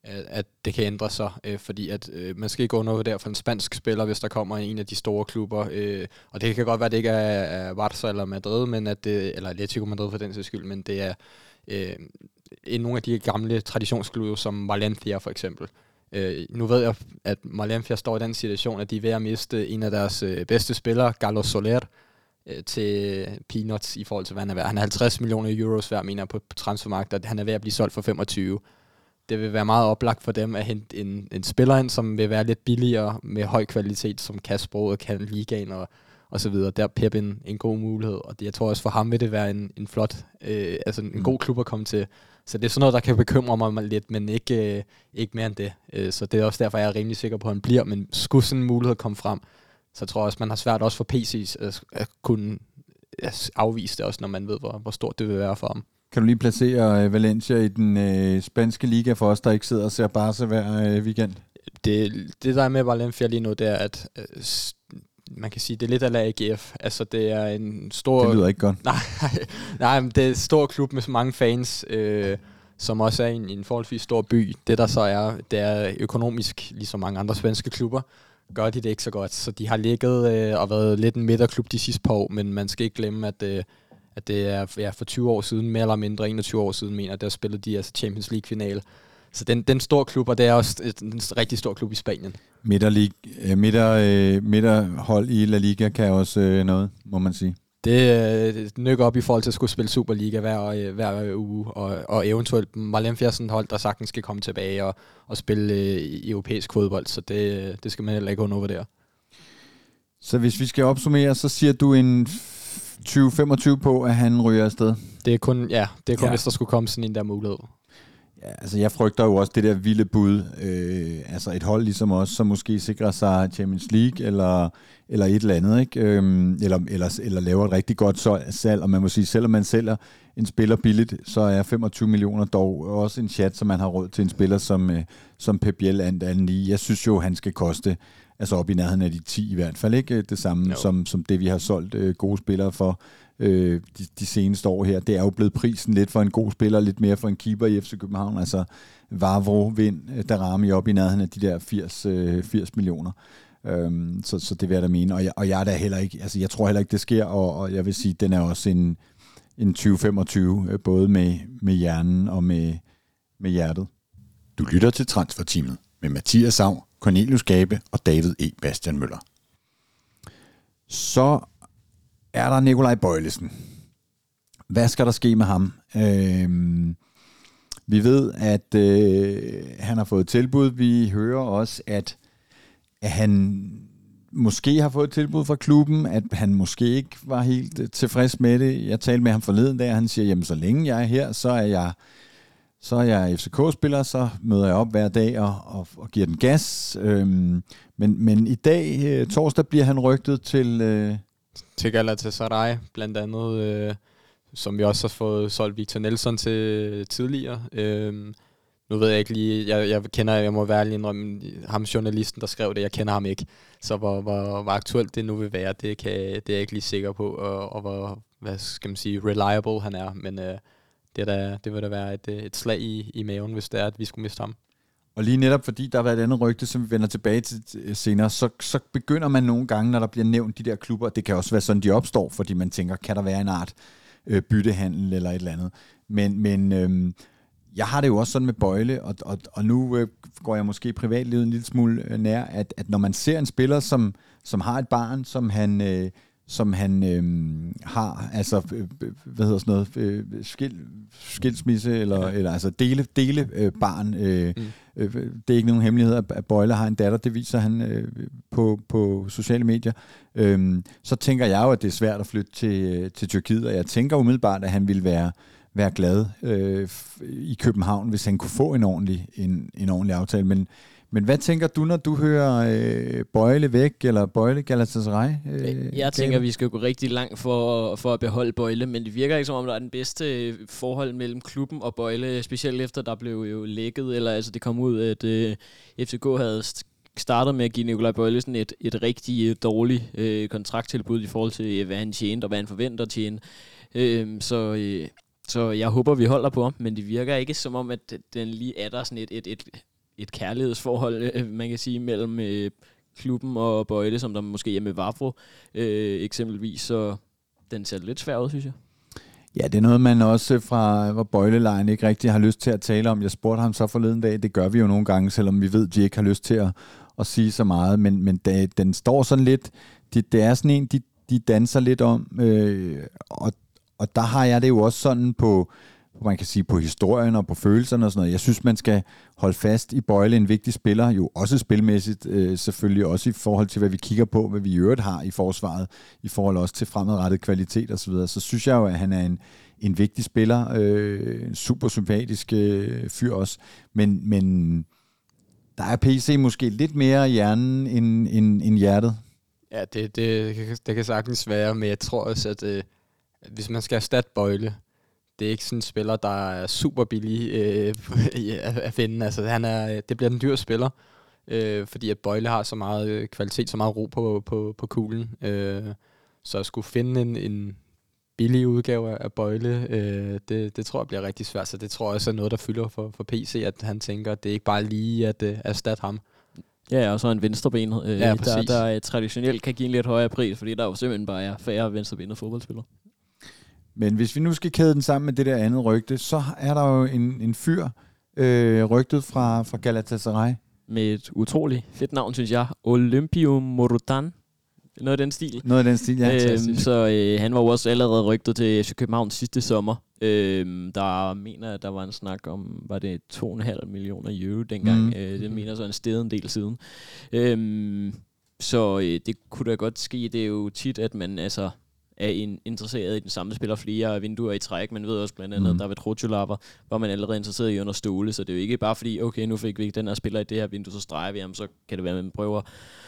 at det kan ændre sig, øh, fordi at øh, man skal ikke undervurdere for en spansk spiller, hvis der kommer en af de store klubber, øh, og det kan godt være, at det ikke er, er Barca eller Madrid, men at det, eller Atletico Madrid for den sags skyld, men det er øh, en, nogle af de gamle traditionsklubber, som Valencia for eksempel. Øh, nu ved jeg, at Valencia står i den situation, at de er ved at miste en af deres øh, bedste spillere, Carlos Soler, øh, til peanuts i forhold til, hvad han er værd. Han er halvtreds millioner euros værd, mener på, på transfermarkedet, og han er ved at blive solgt for femogtyve. Det vil være meget oplagt for dem at hente en, en spiller ind, som vil være lidt billigere med høj kvalitet, som kan sproget, kan ligaen og, og så videre. Der er Pep en, en god mulighed, og det, jeg tror også for ham vil det være en, en flot, øh, altså en, en god klub at komme til. Så det er sådan noget, der kan bekymre mig lidt, men ikke, øh, ikke mere end det. Øh, så det er også derfor, jeg er rimelig sikker på, at han bliver, men skulle sådan en mulighed komme frem, så tror jeg også, man har svært også for P C's at, at kunne afvise det også, når man ved, hvor, hvor stort det vil være for ham. Kan du lige placere øh, Valencia i den øh, spanske liga for os, der ikke sidder og ser Barca hver øh, weekend? Det, det der er med Valencia lige nu, det er, at øh, man kan sige, det er lidt af A G F. Altså, det er en stor... Det lyder ikke godt. Nej, nej, men det er en stor klub med så mange fans, øh, som også er i en, en forholdsvis stor by. Det der så er, det er økonomisk, ligesom mange andre spanske klubber, gør de det ikke så godt. Så de har ligget øh, og været lidt en midterklub de sidste par år, men man skal ikke glemme, at... Øh, at det er ja, for tyve år siden, mere eller mindre enogtyve år siden, mener der spillede de altså Champions League-finale. Så den, den store klub, og det er også et, en rigtig stor klub i Spanien. Midterlig, midter, øh, midterhold i La Liga kan også øh, noget, må man sige. Det øh, nykker op i forhold til at skulle spille Superliga hver, øh, hver uge, og, og eventuelt Valencia sådan hold, der sagtens skal komme tilbage og, og spille øh, europæisk fodbold, så det, det skal man heller ikke undervurdere. Så hvis vi skal opsummere, så siger du en tyve femogtyve på, at han ryger afsted? Det er kun, ja, det er kun ja. hvis der skulle komme sådan en der mulighed. Ja, altså jeg frygter jo også det der vilde bud. Øh, altså et hold ligesom os, som måske sikrer sig Champions League, eller, eller et eller andet, ikke? Øhm, eller, eller, eller laver et rigtig godt salg, og man må sige, selvom man sælger en spiller billigt, så er femogtyve millioner dog også en chat, som man har råd til en spiller som, øh, som Pep Biel and anden lige. Jeg synes jo, han skal koste altså op i nærheden af de ti i hvert fald, ikke? Det samme som, som det, vi har solgt øh, gode spillere for øh, de, de seneste år her. Det er jo blevet prisen lidt for en god spiller, lidt mere for en keeper i F C København. Altså Vavro, Vind, Darami op i nærheden af de der firs, øh, firs millioner. Øhm, så, så det vil jeg da mene. Og jeg, og jeg er da heller ikke, altså jeg tror heller ikke, det sker, og, og jeg vil sige, den er også en, en tyve femogtyve, øh, både med, med hjernen og med, med hjertet. Du lytter til Transferteamet med Mathias Sav, Cornelius Gabe og David E. Bastian Møller. Så er der Nikolaj Bøjlesen. Hvad skal der ske med ham? Øhm, vi ved, at øh, han har fået tilbud. Vi hører også, at, at han måske har fået tilbud fra klubben, at han måske ikke var helt tilfreds med det. Jeg talte med ham forleden dag, og han siger, jamen så længe jeg er her, så er jeg... Så er jeg F C K-spiller, så møder jeg op hver dag og, og, og giver den gas. Øhm, men, men i dag, øh, torsdag, bliver han rygtet til... Øh... Til Galatasaray, blandt andet, øh, som vi også har fået solgt Victor Nelson til tidligere. Øhm, nu ved jeg ikke lige, jeg, jeg kender, jeg må være lige indrømme, ham journalisten, der skrev det, jeg kender ham ikke. Så hvor, hvor, hvor aktuelt det nu vil være, det, kan, det er jeg ikke lige sikker på, og, og hvor, hvad skal man sige, reliable han er. Men øh, det, der, det vil da være et, et slag i, i maven, hvis det er, at vi skulle miste ham. Og lige netop fordi der har været et andet rygte, som vi vender tilbage til senere, så, så begynder man nogle gange, når der bliver nævnt de der klubber, det kan også være sådan, de opstår, fordi man tænker, kan der være en art øh, byttehandel eller et eller andet. Men, men øh, jeg har det jo også sådan med Bøjle, og, og, og nu øh, går jeg måske privatlivet en lille smule nær, at, at når man ser en spiller, som, som har et barn, som han... Øh, som han øh, har, altså, øh, hvad hedder sådan noget, øh, skil, skilsmisse, eller, ja. eller altså dele, dele øh, barn. Øh, mm. øh, det er ikke nogen hemmelighed, at Bøjle har en datter, det viser han øh, på, på sociale medier. Øh, så tænker jeg jo, at det er svært at flytte til, til Tyrkiet, og jeg tænker umiddelbart, at han ville være, være glad øh, i København, hvis han kunne få en ordentlig, en, en ordentlig aftale, men Men hvad tænker du, når du hører øh, Bøjle væk, eller Bøjle Galatasaray? Øh, jeg tænker, at vi skal gå rigtig langt for, for at beholde Bøjle, men det virker ikke som om, der er den bedste forhold mellem klubben og Bøjle, specielt efter der blev jo lækket, eller altså det kom ud, at øh, F C K havde startet med at give Nikolaj Bøjle sådan et, et rigtig øh, dårligt øh, kontrakttilbud i forhold til, hvad han tjente og hvad han forventer at tjene. Øh, så... Øh, Så jeg håber, vi holder på ham, men det virker ikke som om, at den lige er der sådan et, et, et et kærlighedsforhold, øh, man kan sige, mellem øh, klubben og Bøjle, som der måske er med Vavro øh, eksempelvis, så den ser lidt svær ud, synes jeg. Ja, det er noget, man også fra hvor Bøjlelejen ikke rigtig har lyst til at tale om. Jeg spurgte ham så forleden dag, det gør vi jo nogle gange, selvom vi ved, at de ikke har lyst til at, at sige så meget, men, men da, den står sådan lidt, det, det er sådan en, de, de danser lidt om, øh, og, og der har jeg det jo også sådan på, man kan sige på historien og på følelserne og sådan noget. Jeg synes, man skal holde fast i Bøjle, en vigtig spiller, jo også spilmæssigt, øh, selvfølgelig også i forhold til, hvad vi kigger på, hvad vi i øvrigt har i forsvaret, i forhold også til fremadrettet kvalitet og så videre. Så synes jeg jo, at han er en, en vigtig spiller, øh, en super sympatisk øh, fyr også, men, men der er P C måske lidt mere i hjernen end, end, end hjertet. Ja, det, det, det kan sagtens være, men jeg tror også, at øh, hvis man skal erstatte Bøjle, det er ikke sådan en spiller, der er super billig øh, at finde. Altså, han er, det bliver en dyr spiller, øh, fordi at Bøjle har så meget kvalitet, så meget ro på, på, på kuglen. Øh, så at skulle finde en, en billig udgave af Bøjle, øh, det, det tror jeg bliver rigtig svært. Så det tror jeg også er noget, der fylder for, for P C, at han tænker, at det er ikke bare lige at øh, erstatte ham. Ja, og så en venstreben, øh, ja, der, der traditionelt kan give en lidt højere pris, fordi der jo simpelthen bare er færre venstrebenede fodboldspillere. Men hvis vi nu skal kæde den sammen med det der andet rygte, så er der jo en, en fyr, øh, rygtet fra, fra Galatasaray. Med et utroligt fedt navn, synes jeg. Olympio Morutan. Noget af den stil. Noget af den stil, ja. Øhm, så øh, han var jo også allerede rygtet til F C København sidste sommer. Øhm, der mener at der var en snak om, var det to komma fem millioner euro dengang. Mm. Øh, det mener så en sted en del siden. Øhm, så øh, det kunne da godt ske. Det er jo tit, at man altså er in- interesseret i den samme spiller flere vinduer i træk. Man ved også blandt andet, mm. David Rotulava var man allerede interesseret i under Ståle, så det er jo ikke bare fordi, okay, nu fik vi den her spiller i det her vindue, så streger vi ham, så kan det være, at man prøver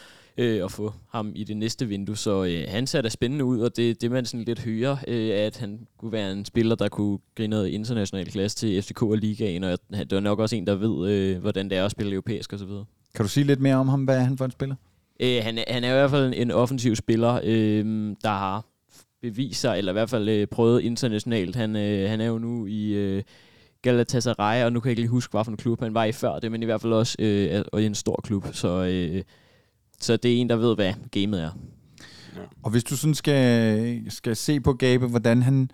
øh, at få ham i det næste vindue. Så øh, han ser da spændende ud, og det, det man sådan lidt hører, øh, at han kunne være en spiller, der kunne grine noget international klasse til F C K og Ligaen, og det er nok også en, der ved, øh, hvordan det er at spille europæisk og så videre. Kan du sige lidt mere om ham, hvad er han for en spiller? Øh, han, han er i hvert fald en, en offensiv spiller, øh, der har beviser, eller i hvert fald øh, prøvet internationalt. Han, øh, han er jo nu i øh, Galatasaray, og nu kan jeg ikke lige huske, hvad for en klub han var i før det, men i hvert fald også øh, og i en stor klub. Så, øh, så det er en, der ved, hvad gamet er. Ja. Og hvis du sådan skal, skal se på Gabe, hvordan han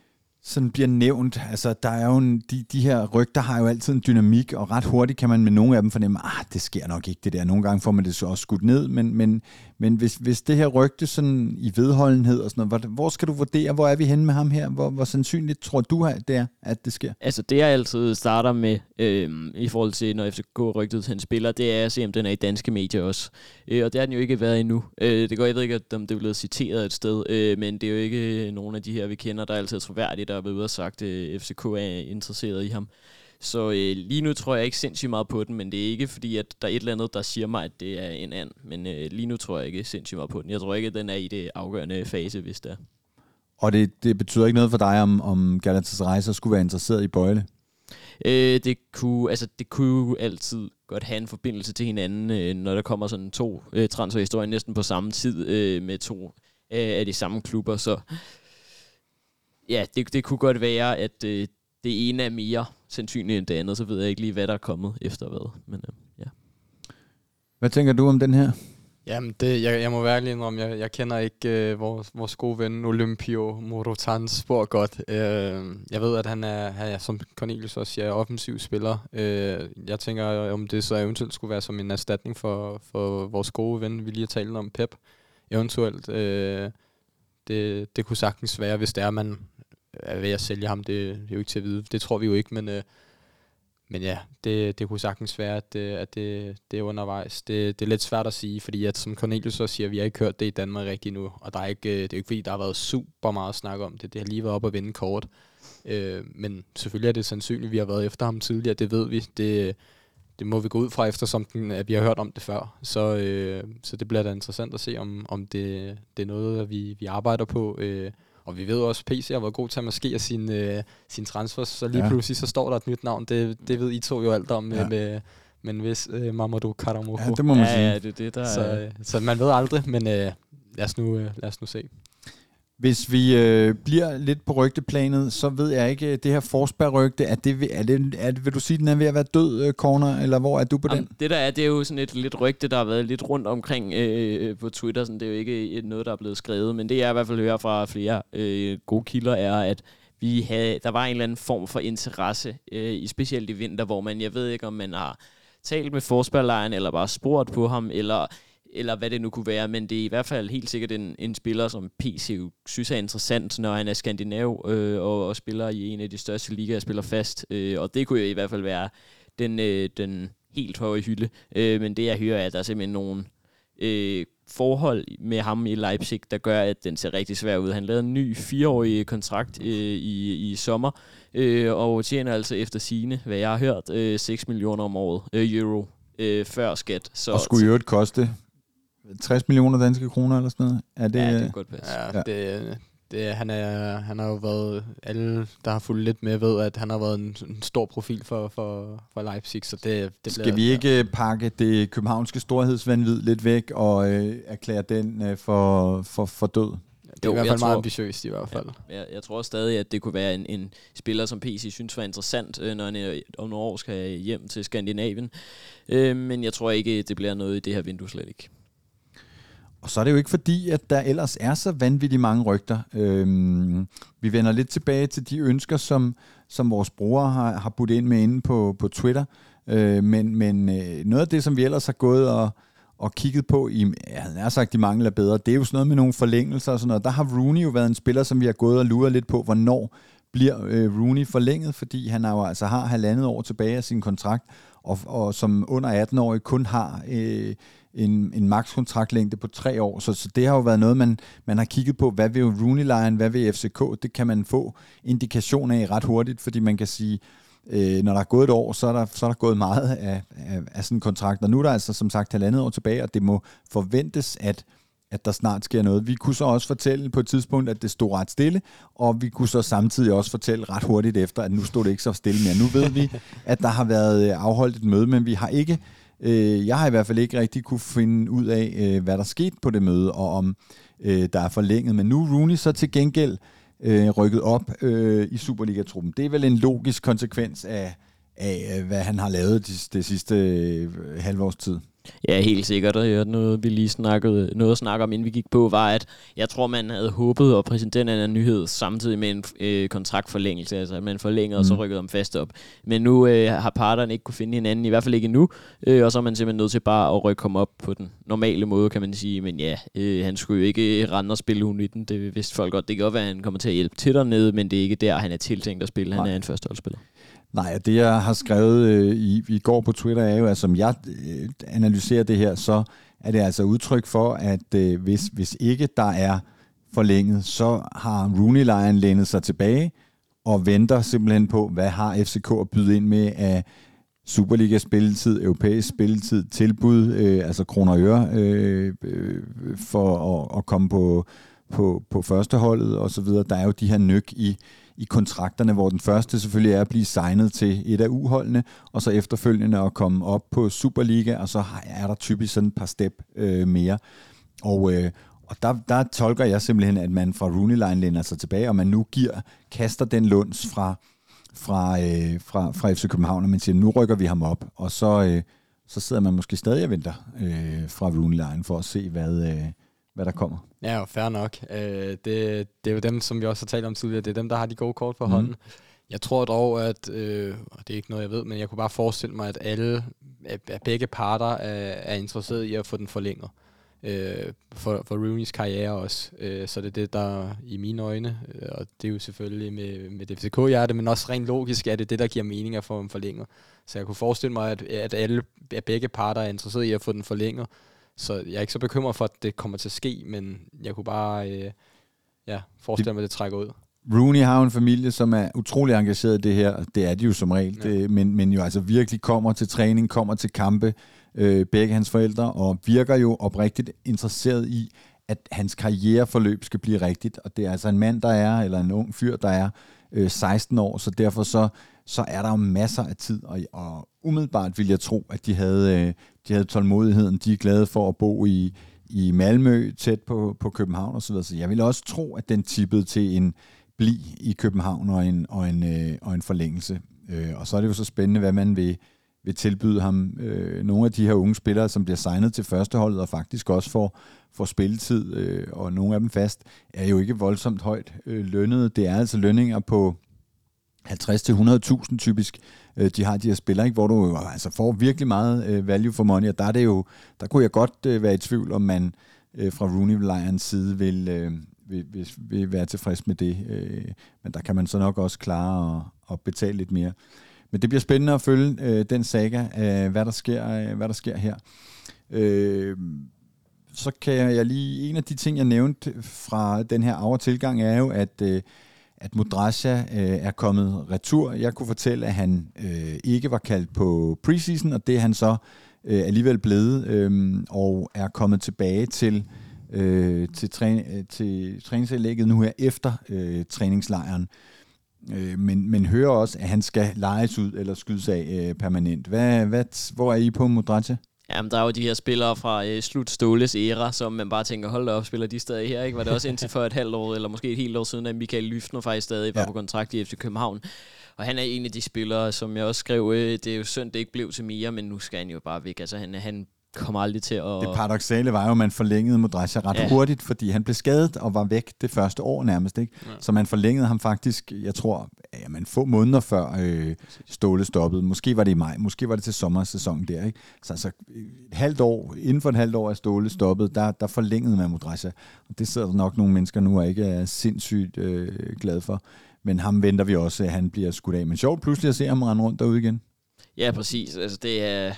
sådan bliver nævnt, altså der er jo en, de, de her rygter har jo altid en dynamik, og ret hurtigt kan man med nogle af dem fornemme, ah, det sker nok ikke det der. Nogle gange får man det så også skudt ned, men, men, men hvis, hvis det her rygte sådan i vedholdenhed og sådan noget, hvor, hvor skal du vurdere, hvor er vi henne med ham her? Hvor, hvor sandsynligt tror du, at det er, at det sker? Altså det jeg altid starter med, øh, i forhold til når F C K rygtet til en spiller, det er at se, om den er i danske medier også. Øh, og det har den jo ikke været endnu. Øh, det går, jeg ved ikke, om det er blevet citeret et sted, øh, men det er jo ikke nogen af de her, vi kender, der er altid troværdigt, der er blevet ude og sagt, at F C K er interesseret i ham. Så øh, lige nu tror jeg ikke sindssygt meget på den, men det er ikke fordi, at der er et eller andet, der siger mig, at det er en anden. Men øh, lige nu tror jeg ikke sindssygt meget på den. Jeg tror ikke, at den er i det afgørende fase, hvis det er. Og det, det betyder ikke noget for dig, om, om Galatasaray så skulle være interesseret i Bøjle? Øh, det, kunne, altså, det kunne jo altid godt have en forbindelse til hinanden, øh, når der kommer sådan to øh, transferhistorier næsten på samme tid øh, med to øh, af de samme klubber. Så ja, det, det kunne godt være, at øh, det ene er mere sandsynligt end det andet, så ved jeg ikke lige, hvad der er kommet efter hvad. Men, øh, ja. Hvad tænker du om den her? Jamen, det, jeg, jeg må være ærlig indrømme, jeg, jeg kender ikke øh, vores, vores gode ven Olympio Morutan spor godt. Øh, jeg ved, at han er, han er, som Cornelius også siger, offensiv spiller. Øh, jeg tænker, om det så eventuelt skulle være som en erstatning for, for vores gode ven, vi lige har talt om, Pep. Eventuelt. Øh, det, det kunne sagtens være, hvis det er, man er ved at sælge ham. Det, det er jo ikke til at vide. Det tror vi jo ikke, men... Øh, Men ja, det, det kunne sagtens være, at, det, at det, det er undervejs. Det, det er lidt svært at sige, fordi at, som Cornelius også siger, vi har ikke hørt det i Danmark rigtig nu, og der er ikke, det er ikke fordi, der har været super meget snak om det. Det har lige været op at vinde kort. Øh, men selvfølgelig er det sandsynligt, vi har været efter ham tidligere, det ved vi. Det, det må vi gå ud fra, eftersom den, at vi har hørt om det før. Så, øh, så det bliver da interessant at se, om, om det, det er noget, vi, vi arbejder på. Øh, Og vi ved også, at P C har været god til at maskere sin, øh, sin transfers, så lige ja. pludselig så står der et nyt navn. Det, det ved I to jo alt om, ja. med, med, med en vis øh, Mamadou Karamoko. Ja, det må man ja, sige. Ja, det, det, der så, øh, så man ved aldrig, men øh, lad, os nu, øh, lad os nu se. Hvis vi øh, bliver lidt på rygteplanet, så ved jeg ikke, det her Forsberg-rygte, er det, er det, er det, vil du sige, den er ved at være død, øh, Corner, eller hvor er du på Jamen, den? Det der er, det er jo sådan et lidt rygte, der har været lidt rundt omkring øh, på Twitter. Sådan, det er jo ikke noget, der er blevet skrevet, men det jeg i hvert fald hører fra flere øh, gode kilder, er, at vi havde, der var en eller anden form for interesse, øh, i specielt i vinter, hvor man, jeg ved ikke, om man har talt med Forsberg-lejren, eller bare spurgt på ham, eller... eller hvad det nu kunne være, men det er i hvert fald helt sikkert en, en spiller, som P C jo synes er interessant, når han er skandinav øh, og, og spiller i en af de største ligaer, spiller fast, øh, og det kunne jo i hvert fald være den, øh, den helt høje hylde, øh, men det jeg hører er, at der er simpelthen nogle øh, forhold med ham i Leipzig, der gør, at den ser rigtig svær ud. Han lavede en ny fireårig kontrakt øh, i, i sommer, øh, og tjener altså efter sigende, hvad jeg har hørt, øh, seks millioner om året, øh, euro, øh, før skat. Så og skulle jo ikke koste tres millioner danske kroner eller sådan noget. Er det, ja, det er godt passe. Ja, ja. Det, det, han, er, han har jo været, alle der har fulgt lidt med, ved, at han har været en, en stor profil for, for, for Leipzig, så det, det Skal vi ikke ja. pakke det københavnske storhedsvanvid lidt væk og øh, erklære den øh, for, for, for død? Det er jo, i hvert fald meget ambitiøst i hvert fald. Ja, jeg, jeg tror stadig, at det kunne være en, en spiller, som P C synes var interessant, øh, når han øh, om nogle år skal hjem til Skandinavien. Øh, men jeg tror ikke, det bliver noget i det her vindue slet ikke. Og så er det jo ikke fordi, at der ellers er så vanvittigt mange rygter. Øhm, vi vender lidt tilbage til de ønsker, som, som vores brugere har, har budt ind med inde på, på Twitter. Øh, men men øh, noget af det, som vi ellers har gået og, og kigget på, i, jeg havde sagt, de mangler bedre, det er jo sådan noget med nogle forlængelser og sådan noget. Der har Rooney jo været en spiller, som vi har gået og luret lidt på, hvornår bliver øh, Rooney forlænget, fordi han jo altså har halvandet år tilbage af sin kontrakt, og, og som under atten-årig kun har... Øh, en, en makskontraktlængde på tre år, så, så det har jo været noget, man, man har kigget på, hvad vil Rooney-lejren, hvad vil F C K, det kan man få indikation af ret hurtigt, fordi man kan sige, øh, når der er gået et år, så er der, så er der gået meget af, af, af sådan en kontrakt, og nu er der altså som sagt halvandet år tilbage, og det må forventes, at at der snart sker noget. Vi kunne så også fortælle på et tidspunkt, at det stod ret stille, og vi kunne så samtidig også fortælle ret hurtigt efter, at nu stod det ikke så stille mere. Nu ved vi, at der har været afholdt et møde, men vi har ikke Øh, jeg har i hvert fald ikke rigtig kunne finde ud af, øh, hvad der skete på det møde, og om øh, der er forlænget. Men nu er Rooney så til gengæld øh, rykket op øh, i Superliga-truppen. Det er vel en logisk konsekvens af, af hvad han har lavet det, det sidste øh, halve års tid. Ja, helt sikkert. Og noget, vi lige snakkede, noget at snakke om, inden vi gik på, var, at jeg tror, man havde håbet at præsentere en nyhed samtidig med en øh, kontraktforlængelse. Altså, at man forlængede mm. og så rykkede om fast op. Men nu øh, har parterne ikke kunne finde hinanden, i hvert fald ikke endnu. Øh, og så er man simpelthen nødt til bare at rykke ham op på den normale måde, kan man sige. Men ja, øh, han skulle jo ikke rende og spille U nitten. Det vidste folk godt. Det kan godt være, at han kommer til at hjælpe til dernede, men det er ikke der, han er tiltænkt at spille. Han Nej. er en førsteholdsspiller. Nej, det jeg har skrevet øh, i, i går på Twitter er jo, at som jeg øh, analyserer det her, så er det altså udtryk for, at øh, hvis, hvis ikke der er forlænget, så har Rooney-lejren lænet sig tilbage og venter simpelthen på, hvad har F C K at byde ind med af Superliga-spilletid, europæisk spilletid, tilbud, øh, altså kroner og øre, øh, øh, for at, at komme på, på, på førsteholdet og så videre. Der er jo de her nøk i i kontrakterne, hvor den første selvfølgelig er at blive signet til et af uholdene, og så efterfølgende at komme op på Superliga, og så er der typisk sådan et par step øh, mere. Og, øh, og der, der tolker jeg simpelthen, at man fra Rooney-line læner sig tilbage, og man nu giver, kaster den lunds fra, fra, øh, fra, fra F C København, og man siger, nu rykker vi ham op, og så, øh, så sidder man måske stadig og venter øh, fra Rooney-line for at se, hvad... Øh, hvad der kommer. Ja, fair nok. Øh, det, det er jo dem, som vi også har talt om tidligere, det er dem, der har de gode kort på mm. hånden. Jeg tror dog, at, øh, og det er ikke noget, jeg ved, men jeg kunne bare forestille mig, at alle, at begge parter er, er interesseret i at få den forlænget. Øh, for, for Rooneys karriere også. Øh, så det er det, der i mine øjne, øh, og det er jo selvfølgelig med, med det F C K-hjerte, men også rent logisk er det det, der giver mening at få den forlænget. Så jeg kunne forestille mig, at, at alle, at begge parter er interesseret i at få den forlænget. Så jeg er ikke så bekymret for, at det kommer til at ske, men jeg kunne bare øh, ja, forestille mig, at det trækker ud. Rooney har en familie, som er utrolig engageret i det her. Det er de jo som regel, ja. det, men, men jo altså virkelig kommer til træning, kommer til kampe, øh, begge hans forældre, og virker jo oprigtigt interesseret i, at hans karriereforløb skal blive rigtigt. Og det er altså en mand, der er, eller en ung fyr, der er øh, seksten år, så derfor så, så er der jo masser af tid, og, og umiddelbart vil jeg tro, at de havde, øh, de havde tålmodigheden. De er glade for at bo i, i Malmø, tæt på, på København og så videre. Så jeg vil også tro, at den tippede til en bli i København og en, og en, øh, og en forlængelse. Øh, og så er det jo så spændende, hvad man vil, vil tilbyde ham. Øh, nogle af de her unge spillere, som bliver signet til førsteholdet og faktisk også får, får spilletid, øh, og nogle af dem fast, er jo ikke voldsomt højt øh, lønnet. Det er altså lønninger på halvtreds til hundrede tusind typisk, øh, de har de her spillere, ikke? Hvor du jo, altså, får virkelig meget øh, value for money, og der, er det jo, der kunne jeg godt øh, være i tvivl, om man øh, fra Rooney Lions side vil, øh, vil, vil, vil være tilfreds med det. Øh, men der kan man så nok også klare at, at betale lidt mere. Men det bliver spændende at følge øh, den saga, øh, hvad, der sker, øh, hvad der sker her. Øh, så kan jeg lige, en af de ting, jeg nævnte fra den her hour-tilgang, er jo, at øh, at Modrasja øh, er kommet retur. Jeg kunne fortælle, at han øh, ikke var kaldt på preseason, og det er han så øh, alligevel blevet, øh, og er kommet tilbage til, øh, til, træ, til træningsanlægget nu her efter øh, træningslejren. Øh, men, men hører også, at han skal lejes ud eller skydes af øh, permanent. Hvad, hvad, hvor er I på Modrasja? Jamen, der er jo de her spillere fra øh, slut Ståles æra, som man bare tænker, hold da op, spiller de stadig her, ikke? Var det også indtil for et halvt år, eller måske et helt år siden, at Michael Lyftner faktisk stadig var ja. på kontrakt i F C København. Og han er en af de spillere, som jeg også skrev, øh, det er jo synd, det ikke blev til mere, men nu skal han jo bare væk. Altså, han, han kommer aldrig til at... Det paradoksale var jo, at man forlængede Modrasja ret ja. hurtigt, fordi han blev skadet og var væk det første år nærmest, ikke? Ja. Så man forlængede ham faktisk, jeg tror, ja, man få måneder før øh, Ståle stoppede. Måske var det i maj, måske var det til sommersæsonen der, ikke? Så altså et halvt år, inden for et halvt år af Ståle stoppede, der, der forlængede man Modrasja. Og det sidder der nok nogle mennesker nu, og ikke er sindssygt øh, glade for. Men ham venter vi også, at han bliver skudt af. Men sjovt pludselig at se ham rende rundt derude igen. Ja, præcis. Altså det er...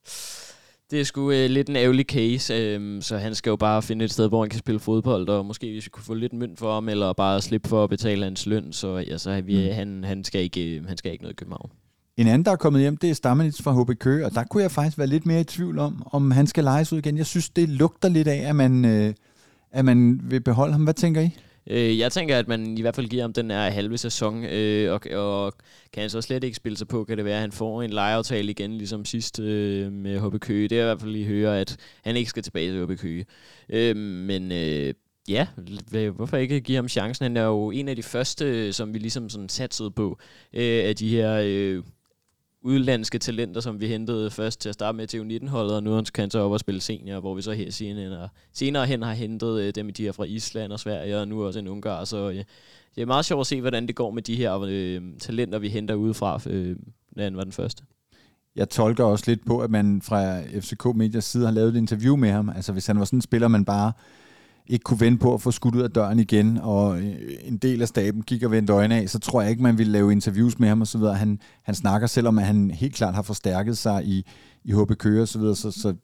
Det er sgu øh, lidt en ærgerlig case, øh, så han skal jo bare finde et sted, hvor han kan spille fodbold, og måske hvis vi kunne få lidt mønt for ham, eller bare slippe for at betale hans løn, så ja, så er vi, mm. han, han, skal ikke, han skal ikke noget i København. En anden, der er kommet hjem, det er Stammenitz fra H B Køge, og der kunne jeg faktisk være lidt mere i tvivl om, om han skal lejes ud igen. Jeg synes, det lugter lidt af, at man, øh, at man vil beholde ham. Hvad tænker I? Øh, jeg tænker, at man i hvert fald giver ham den her halve sæson, øh, og, og kan han så slet ikke spille sig på, kan det være, at han får en lejeaftale igen, ligesom sidst øh, med H B Køge. Det er i hvert fald lige høre, at han ikke skal tilbage til H B Køge. Øh, men øh, ja, hvorfor ikke give ham chancen? Han er jo en af de første, som vi ligesom sådan satsede på, øh, af de her... Øh, udlandske talenter, som vi hentede først til at starte med til U nitten-holdet, og nu kan han så op og spille senior, hvor vi så her senere, senere hen har hentet øh, dem de her fra Island og Sverige, og nu også en Ungar, så øh, det er meget sjovt at se, hvordan det går med de her øh, talenter, vi henter udefra, øh, da han var den første. Jeg tolker også lidt på, at man fra F C K Medias side har lavet et interview med ham, altså hvis han var sådan en spiller, man bare ikke kunne vente på at få skudt ud af døren igen, og en del af staben gik og vendte øjne af, så tror jeg ikke, man ville lave interviews med ham og så videre. Han, han snakker, selvom at han helt klart har forstærket sig i, i H B Køge og så videre, så, så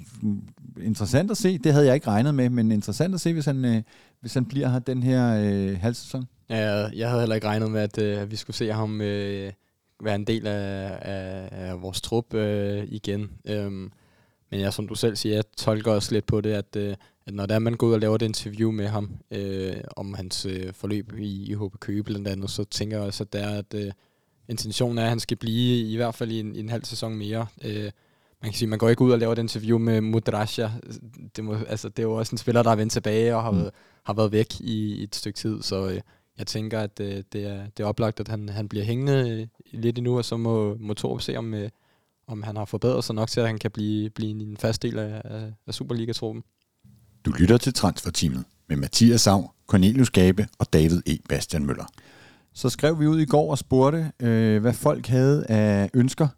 interessant at se. Det havde jeg ikke regnet med, men interessant at se, hvis han, øh, hvis han bliver her den her øh, halv sæson. Ja, jeg havde heller ikke regnet med, at øh, vi skulle se ham øh, være en del af, af, af vores trup øh, igen. Øhm, men ja, som du selv siger, jeg tolker også lidt på det, at øh, at når der man går ud og laver et interview med ham øh, om hans øh, forløb i, i H B Køge blandt andet, så tænker jeg også, at, der, at øh, intentionen er, at han skal blive i hvert fald i en, i en halv sæson mere. Øh, man kan sige, man går ikke ud og laver et interview med Modrasja. Det, må, altså, det er jo også en spiller, der er vendt tilbage og har, mm. været, har været væk i, i et stykke tid, så øh, jeg tænker, at øh, det, er, det er oplagt, at han, han bliver hængende øh, lidt endnu, og så må, må Torp se, om, øh, om han har forbedret sig nok til, at han kan blive, blive en fast del af, af, af Superliga-truppen. Du lytter til Transferteamet med Mathias Sav, Cornelius Gabe og David E. Bastian Møller. Så skrev vi ud i går og spurgte, øh, hvad folk havde af ønsker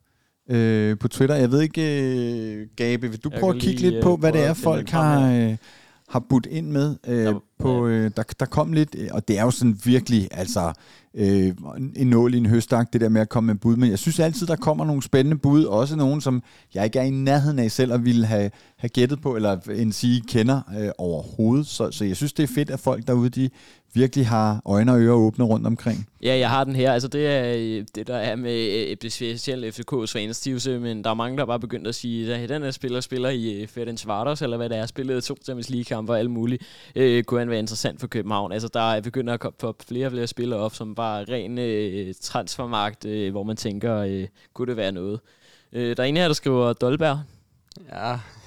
øh, på Twitter. Jeg ved ikke, øh, Gabe, vil du prøve at kigge lige, lidt på, hvad det er, folk har, øh, har budt ind med? Øh, der, på, øh, der, der kom lidt, og det er jo sådan virkelig, altså... Øh, en nål i en høstak, det der med at komme med bud, men jeg synes altid, der kommer nogle spændende bud, også nogen, som jeg ikke er i nærheden af selv, og ville have, have gættet på, eller en sige kender øh, overhovedet, så, så jeg synes, det er fedt, at folk derude, de virkelig har øjne og ører åbne rundt omkring. Ja, jeg har den her, altså det er det, der er med det specielle F C K's fanstivse, men der er mange, der bare begyndt at sige, at den her spiller spiller i Ferencváros, eller hvad det er, spillet to Champions League-kamper og alt muligt, øh, kunne han være interessant for København. Altså der er begyndt at komme flere og flere spillere op, som bare ren øh, transfermarkt, øh, hvor man tænker, øh, kunne det være noget. Øh, der er en her, der skriver Dolberg. Ja,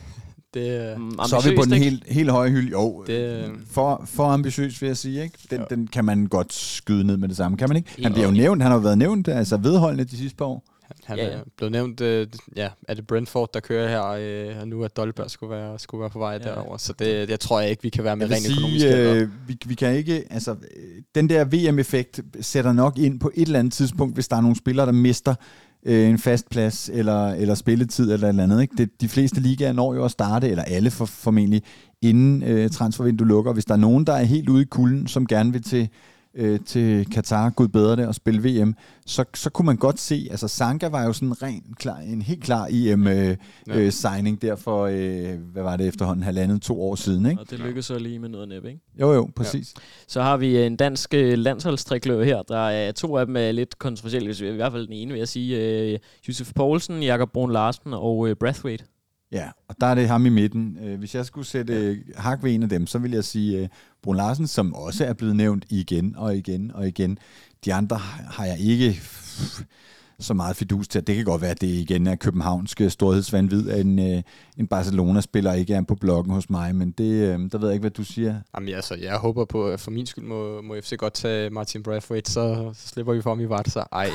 Det, Mm, Så er vi på den ikke? helt, helt høje hylde. Jo, Det- for, for ambitiøs vil jeg sige, ikke? Den, Jo. den kan man godt skyde ned med det samme, kan man ikke? Han Helt bliver jo enig. nævnt, han har jo været nævnt, altså vedholdende de sidste par år. Han Ja, ja, ja. er blevet nævnt, øh, ja, er det Brentford, der kører her, øh, og nu at Dolberg skulle være, skulle være på vej Ja. ja. derover. Så det, jeg tror jeg ikke, vi kan være med Jeg vil rent økonomisk. sige, heller. øh, vi, vi kan ikke, altså, øh, den der V M-effekt sætter nok ind på et eller andet tidspunkt, hvis der er nogle spillere, der mister øh, en fast plads, eller, eller spilletid, eller et eller andet. Ikke? Det, de fleste ligaer når jo at starte, eller alle for, formentlig, inden øh, transfervinduet lukker. Hvis der er nogen, der er helt ude i kulden, som gerne vil til, øh, til Katar, gud bedre det, og spille V M, så, så kunne man godt se, altså Sanka var jo sådan ren, klar, en helt klar I M-signing øh, Ja. der for, øh, hvad var det efterhånden, halvandet, to år siden, ikke? Og det lykkedes så lige med noget næppe, ikke? Jo, jo, præcis. Så har vi en dansk øh, landsholdstrikløver her. Der er to af dem er lidt kontroversielle, i hvert fald den ene vil jeg sige. Øh, Josef Poulsen, Jakob Brun Larsen og øh, Brathwaite. Ja, og der er det ham i midten. Øh, Hvis jeg skulle sætte øh, hak ved en af dem, så vil jeg sige øh, Brun Larsen, som også er blevet nævnt igen og igen og igen. De andre har jeg ikke f- så meget fidus til. Det kan godt være, at det igen er københavnske storhedsvanvid, at en, øh, en Barcelona-spiller ikke er på bloggen hos mig, men det, øh, der ved jeg ikke, hvad du siger. Jamen, altså, jeg håber på, at for min skyld må, må F C godt tage Martin Brathwaite, så, så slipper vi for ham i vart. Så ej,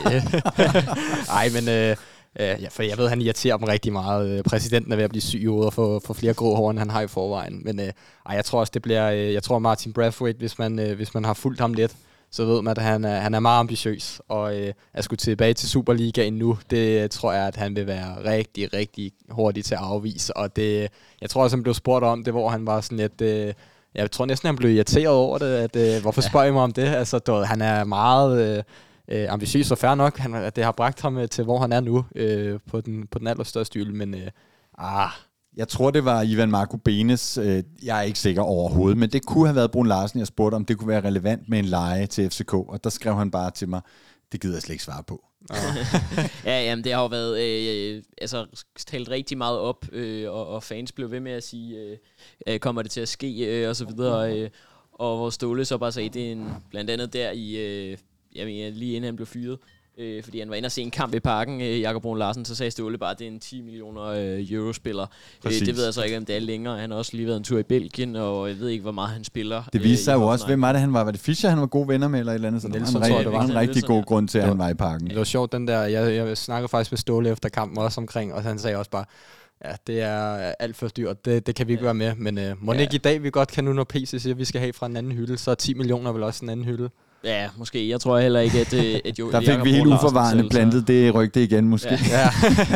ej men øh, øh, ja, for jeg ved, han irriterer dem rigtig meget. Præsidenten er ved at blive syg i hovedet og få, få flere grå hår, end han har i forvejen. Men øh, ej, jeg tror også, det bliver, øh, jeg tror Martin Brathwaite, hvis man, øh, hvis man har fulgt ham lidt, så ved man, at han er, han er meget ambitiøs. Og øh, at skulle tilbage til Superligaen nu, det tror jeg, at han vil være rigtig, rigtig hurtig til at afvise. Og det, jeg tror også, han blev spurgt om det, hvor han var sådan lidt... Øh, jeg tror næsten, han blev irriteret over det. At, øh, hvorfor spørger I mig om det? Altså, du, han er meget... Øh, Øh, ambitiøs og fair nok, han, at det har bragt ham øh, til, hvor han er nu, øh, på, den, på den allerstørste hylde, men øh, ah, Jeg tror, det var Ivan Marco Benes. Øh, jeg er ikke sikker overhovedet, men det kunne have været Brun Larsen, jeg spurgte om det kunne være relevant med en leje til F C K, og der skrev han bare til mig, det gider jeg slet ikke svare på. Ja, jamen det har jo været øh, altså talt rigtig meget op, øh, og, og fans blev ved med at sige, øh, øh, kommer det til at ske, øh, og så videre. Øh, og hvor Ståle så bare sagde, det er en, blandt andet der i, øh, jeg mener, lige inden han blev fyret, øh, fordi han var inde og se en kamp i Parken, øh, Jakob Brun Larsen, så sagde Ståle bare, at det er en ti millioner øh, euro-spiller. Øh, det ved jeg så ikke, om det er længere. Han har også lige været en tur i Belgien, og jeg ved ikke, hvor meget han spiller. Det viste øh, sig i jo også, Hoffenheim. hvem var det, han var? Var det Fischer, han var gode venner med, eller et eller andet? Så det Nielsen, var en, tror rigtig, jeg, det det var. var en rigtig Nielsen, god ja. grund til, at Det han var- var i Parken. det var sjovt, den der, jeg, jeg snakkede faktisk med Ståle efter kampen også omkring, og han sagde også bare, ja, det er alt for dyrt, det, det kan vi ikke Ja. være med, men øh, må Ja. ikke i dag, vi godt kan nu, når P C siger, at vi skal have fra en anden hylde, så er ti millioner vel også en anden hylde. Ja, måske. Jeg tror heller ikke, at, øh, at jo, Der fik Jakob vi helt Brun Larsen uforvarende selv, så- plantet det rygte igen, måske. Ja.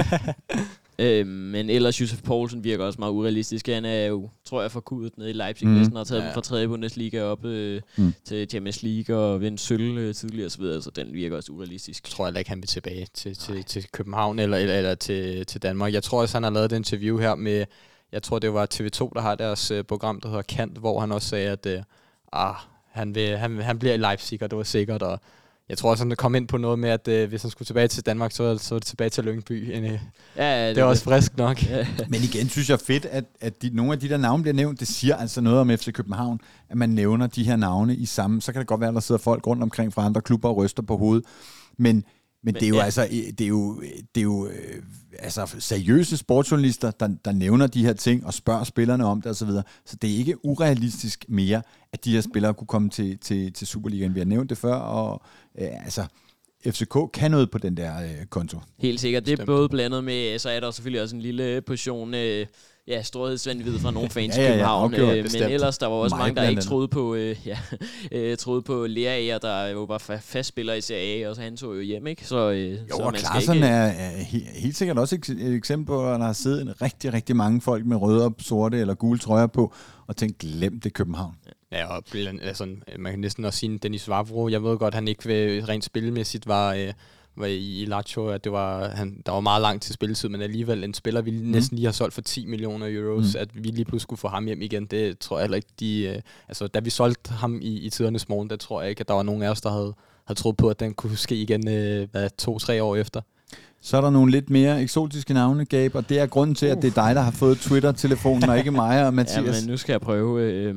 Ja. Øh, men ellers Josef Poulsen virker også meget urealistisk. Han er jo, tror jeg, forkudet nede i Leipzig Mm. mm. næsten, og har taget Ja. dem fra tredje Bundesliga op øh, Mm. mm. til Champions League og vind sølv øh, tidligere og så videre, så den virker også urealistisk. Jeg tror heller ikke, han vil tilbage til, til, til København eller, eller, eller til, til Danmark. Jeg tror også, han har lavet et interview her med, jeg tror det var T V to, der har deres uh, program, der hedder Kant, hvor han også sagde, at uh, ah, han, vil, han, han bliver i Leipzig, og det var sikkert. Og jeg tror også, han kom ind på noget med, at uh, hvis han skulle tilbage til Danmark, så, så var det tilbage til Lyngby. En, uh, Ja, det er også frisk nok. Ja. Men igen synes jeg fedt, at, at de, nogle af de der navne bliver nævnt. Det siger altså noget om F C København, at man nævner de her navne i samme. Så kan det godt være, at der sidder folk rundt omkring fra andre klubber og ryster på hovedet. Men, men, men det er jo ja. altså det er jo, det er jo øh, altså seriøse sportsjournalister, der, der nævner de her ting og spørger spillerne om det osv. Så, videre. Så det er ikke urealistisk mere, at de her spillere kunne komme til, til, til Superligaen. Vi har nævnt det før, og øh, altså F C K kan noget på den der øh, konto. Helt sikkert. Det er Bestemt. både blandet med, så er der selvfølgelig også en lille portion øh, ja, storhedsvanvid fra nogle fans i Ja, ja, ja, København. afgjort, øh, men bestemt. ellers, der var også Mig mange, der blandt ikke andet. troede på, øh, ja, øh, troede på Lerager, der jo var fa- fast spiller i Serie A, og så han tog jo hjem, ikke? Så, øh, Jo, så og man skal Klaassen ikke, er, er he- helt sikkert også et, et eksempel på, at der har siddet en rigtig, rigtig mange folk med røde og sorte eller gule trøjer på, og tænkt, glem det København. Ja, og blandt- altså, man kan næsten også sige, Dennis Vavro, jeg ved godt, han ikke ved, rent spilmæssigt var, øh, var i, i Lazio, at det var, han, der var meget langt til spilletid, men alligevel en spiller, vi mm. næsten lige har solgt for ti millioner euros, mm. at vi lige pludselig skulle få ham hjem igen, det tror jeg heller ikke, de, øh, altså da vi solgte ham i, i tidernes morgen, der tror jeg ikke, at der var nogen af os, der havde, havde troet på, at den kunne ske igen øh, hvad, to-tre år efter. Så er der nogle lidt mere eksotiske navne, Gab, og det er grunden til, at det er dig, der har fået Twitter-telefonen, og ikke mig og Ja, Mathias. men nu skal jeg prøve. Øh,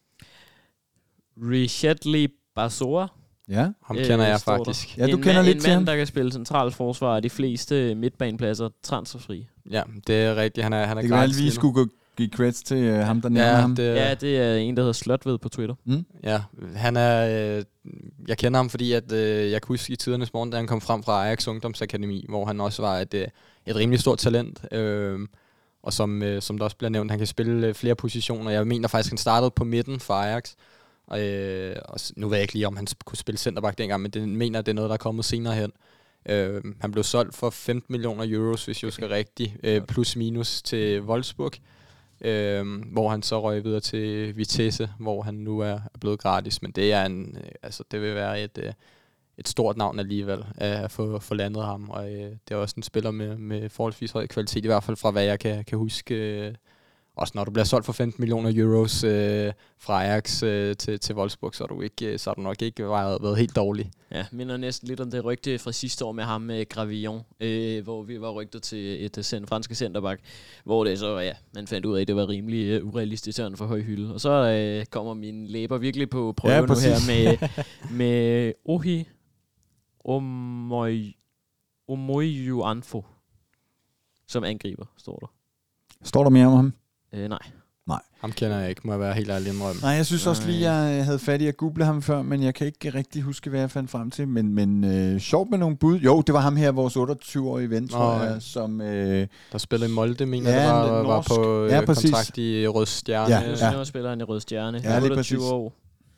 Richetli Basora. Ja, Ham kender jeg står der. faktisk. Ja, du en kender mand, lidt en til mand, ham. der kan spille centralt forsvar af de fleste midtbanepladser transferfri. Ja, det er rigtigt, han er, han er det kan klar være, at til vi lige nu. skulle gå, give creds til øh, ham, der nævner Ja, ham. det, Ja, det er en, der hedder Slotved på Twitter. Mm. Ja, han er... Øh, jeg kender ham, fordi at, øh, jeg kan huske i tidernes morgen, da han kom frem fra Ajax Ungdomsakademi, hvor han også var et, øh, et rimelig stort talent. Øh, og som, øh, som der også bliver nævnt, han kan spille øh, flere positioner. Jeg mener faktisk, han startede på midten for Ajax. Og, øh, og nu ved jeg ikke lige, om han kunne spille centerback dengang, men det mener, det er noget, der er kommet senere hen. Øh, han blev solgt for femten millioner euros, hvis jeg husker rigtigt, øh, plus minus til Wolfsburg. Øhm, hvor han så røg videre til Vitesse, hvor han nu er blevet gratis, men det er en, øh, altså det vil være et, øh, et stort navn alligevel at få, få landet ham, og øh, det er også en spiller med, med forholdsvis høj kvalitet, i hvert fald fra hvad jeg kan, kan huske. Øh, også når du bliver solgt for femten millioner euros øh, fra Ajax øh, til, til Wolfsburg, så er du ikke, så er du nok ikke været, været helt dårlig. Ja, minder næsten lidt om det rygte fra sidste år med ham med Gravillon, øh, hvor vi var rygtet til et uh, franske centerback, hvor det så, ja, man fandt ud af, at det var rimelig uh, urealistisk for høj hylde. Og så øh, kommer min læber virkelig på prøve ja, nu her med, med Ohi Omoyu Anfo, som angriber, står der. Står der mere om ham? Øh, nej. Nej. Ham kender jeg ikke, må jeg være helt ærlig indrømme. Nej, jeg synes også lige, jeg havde fat i at google ham før, men jeg kan ikke rigtig huske, hvad jeg fandt frem til. Men, men øh, sjovt med nogle bud. Jo, det var ham her, vores otteogtyve-årige ven, tror jeg, ja. som... Øh, der spillede i Molde, mener ja, det var, var på øh, ja, kontrakt i Rød Stjerne. Ja, ja. Nu spiller han i Rød Stjerne. Ja, otteogtyve år.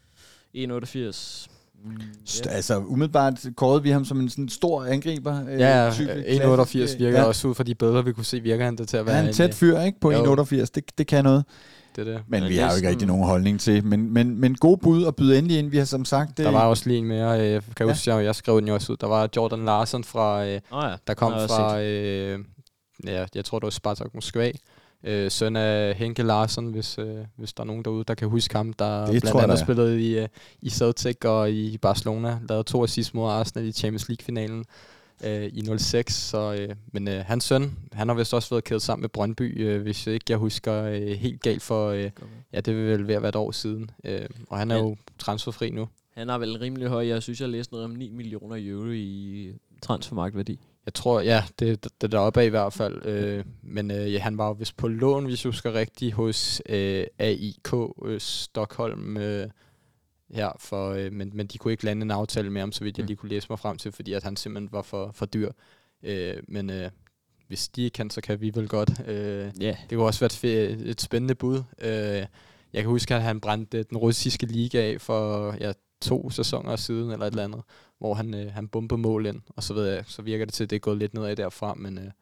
en otteogfirs. Mm, St- altså umiddelbart kårede vi ham som en sådan stor angriber. Øh, ja, en otteogfirs virker ja. også ud fra de billeder, vi kunne se, virker han det til at være. Han er en tæt fyr, ikke? På en otteogfirs, det, det kan noget. Det det. Men, men vi har jo ikke rigtig nogen holdning til. Men, men, men god bud og byde endelig ind. Vi har som sagt... Der var også lige en mere, jeg kan ja. huske, jeg, jeg skrev den jo også ud. Der var Jordan Larsen fra, øh, oh ja, der kom fra, øh, ja, jeg tror det var Spartak Moskva. Øh, søn af Henke Larsson, hvis, øh, hvis der er nogen derude, der kan huske ham, der det blandt andet spillede i, øh, i Celtic og i Barcelona. Lavede to assist mod Arsenal i Champions League-finalen øh, i nul seks. Så, øh, men øh, hans søn, han har vist også været kædet sammen med Brøndby, øh, hvis ikke jeg husker øh, helt galt for, øh, ja, det vil vel være et år siden. Øh, og han er ja. jo transferfri nu. Han er vel rimelig høj. Jeg synes, jeg læste noget om ni millioner euro i transfermarktværdi. Jeg tror, ja, det, det er deroppe af i hvert fald. Øh, men øh, ja, han var jo vist på lån, hvis jeg husker rigtigt, hos øh, A I K øh, Stockholm øh, her, for, øh, men, men de kunne ikke lande en aftale med ham, så vidt jeg lige kunne læse mig frem til, fordi at han simpelthen var for, for dyr. Øh, men øh, hvis de ikke kan, så kan vi vel godt. Øh, yeah. Det kunne også være et, et spændende bud. Øh, jeg kan huske, at han brændte den russiske liga af for ja, to sæsoner siden, eller et eller andet, hvor han, øh, han bombede mål ind, og så, ved jeg, så virker det til, at det er gået lidt nedad derfra, men øh,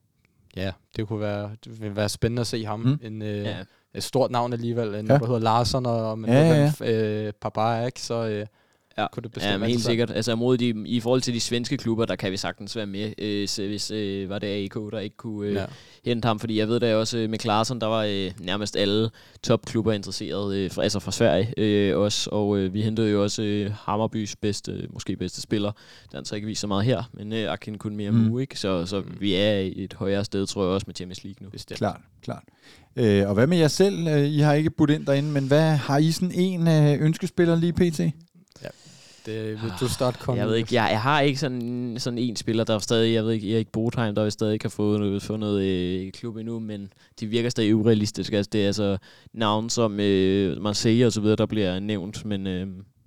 ja, det kunne være, det ville være spændende at se ham. Mm. En, øh, ja. Et stort navn alligevel, en, ja. der hedder Larsson, og man ja, ja, ja. øh, Papa, ikke? Så øh, ja. kunne det bestemt ja, men helt sikkert. Altså mod de, i forhold til de svenske klubber, der kan vi sagtens være med, øh, så hvis øh, var det A I K, der ikke kunne øh, ja. hente ham, fordi jeg ved da også øh, med Klaarsson, der var øh, nærmest alle topklubber interesseret, øh, fra, altså fra Sverige øh, også, og øh, vi hentede jo også øh, Hammarbys bedste, måske bedste spiller, der han så ikke viser så meget her, men øh, Akin kun mere mm. ikke? Så, så mm. vi er i et højere sted, tror jeg også, med Champions League nu. Bestemt. Klart, klart. Øh, og hvad med jer selv? I har ikke budt ind derinde, men hvad har I sådan en øh, ønskespiller lige pt? Ja. Det vil du starte komme. Jeg ved ikke, jeg, jeg har ikke sådan sådan en spiller, der er stadig, jeg ved ikke, Erik Botheim, der stadig ikke har fået noget, fået noget øh, klub endnu, men de virker stadig urealistiske. Altså, det er altså navn som øh, Marseille og så videre, der bliver nævnt, men øh,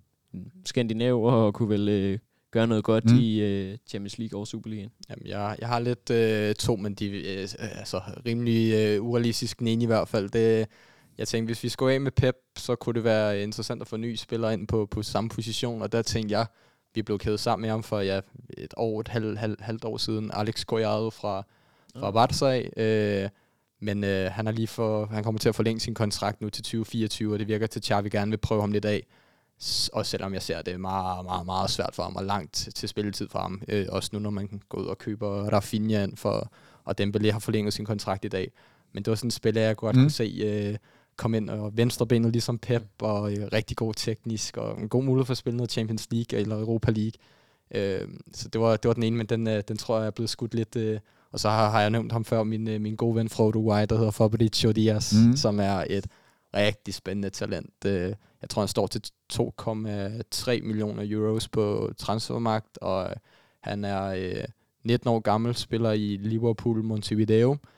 skandinaver kunne vel øh, gøre noget godt mm. i øh, Champions League og Superligaen. Jamen, jeg, jeg har lidt øh, to, men de øh, altså rimelig øh, urealistisk den ene i hvert fald. Det Jeg tænkte, hvis vi skulle af med Pep, så kunne det være interessant at få nye spillere ind på, på samme position, og der tænkte jeg, vi blev kædet sammen med ham for ja, et år, et halvt halv, halvt år siden, Alex Collado fra, fra Barca, øh, men øh, han, er lige for, han kommer til at forlænge sin kontrakt nu til tyve fireogtyve, og det virker til, at Xavi gerne vil prøve ham lidt af, også selvom jeg ser, at det er meget, meget, meget svært for ham, og langt til spilletid for ham, øh, også nu, når man går ud og køber Rafinha ind for, og Dembélé har forlænget sin kontrakt i dag, men det var sådan en spiller, jeg godt mm. kunne se, øh, kom ind og venstrebenet ligesom Pep, og øh, rigtig god teknisk, og en god mulighed for at spille noget Champions League eller Europa League. Øh, så det var, det var den ene, men den, øh, den tror jeg er blevet skudt lidt. Øh, og så har, har jeg nævnt ham før, min, øh, min gode ven fra Uruguay, der hedder Fabricio Diaz, mm. som er et rigtig spændende talent. Øh, jeg tror, han står til to komma tre millioner euros på transfermarkt, og han er øh, nitten år gammel, spiller i Liverpool Montevideo.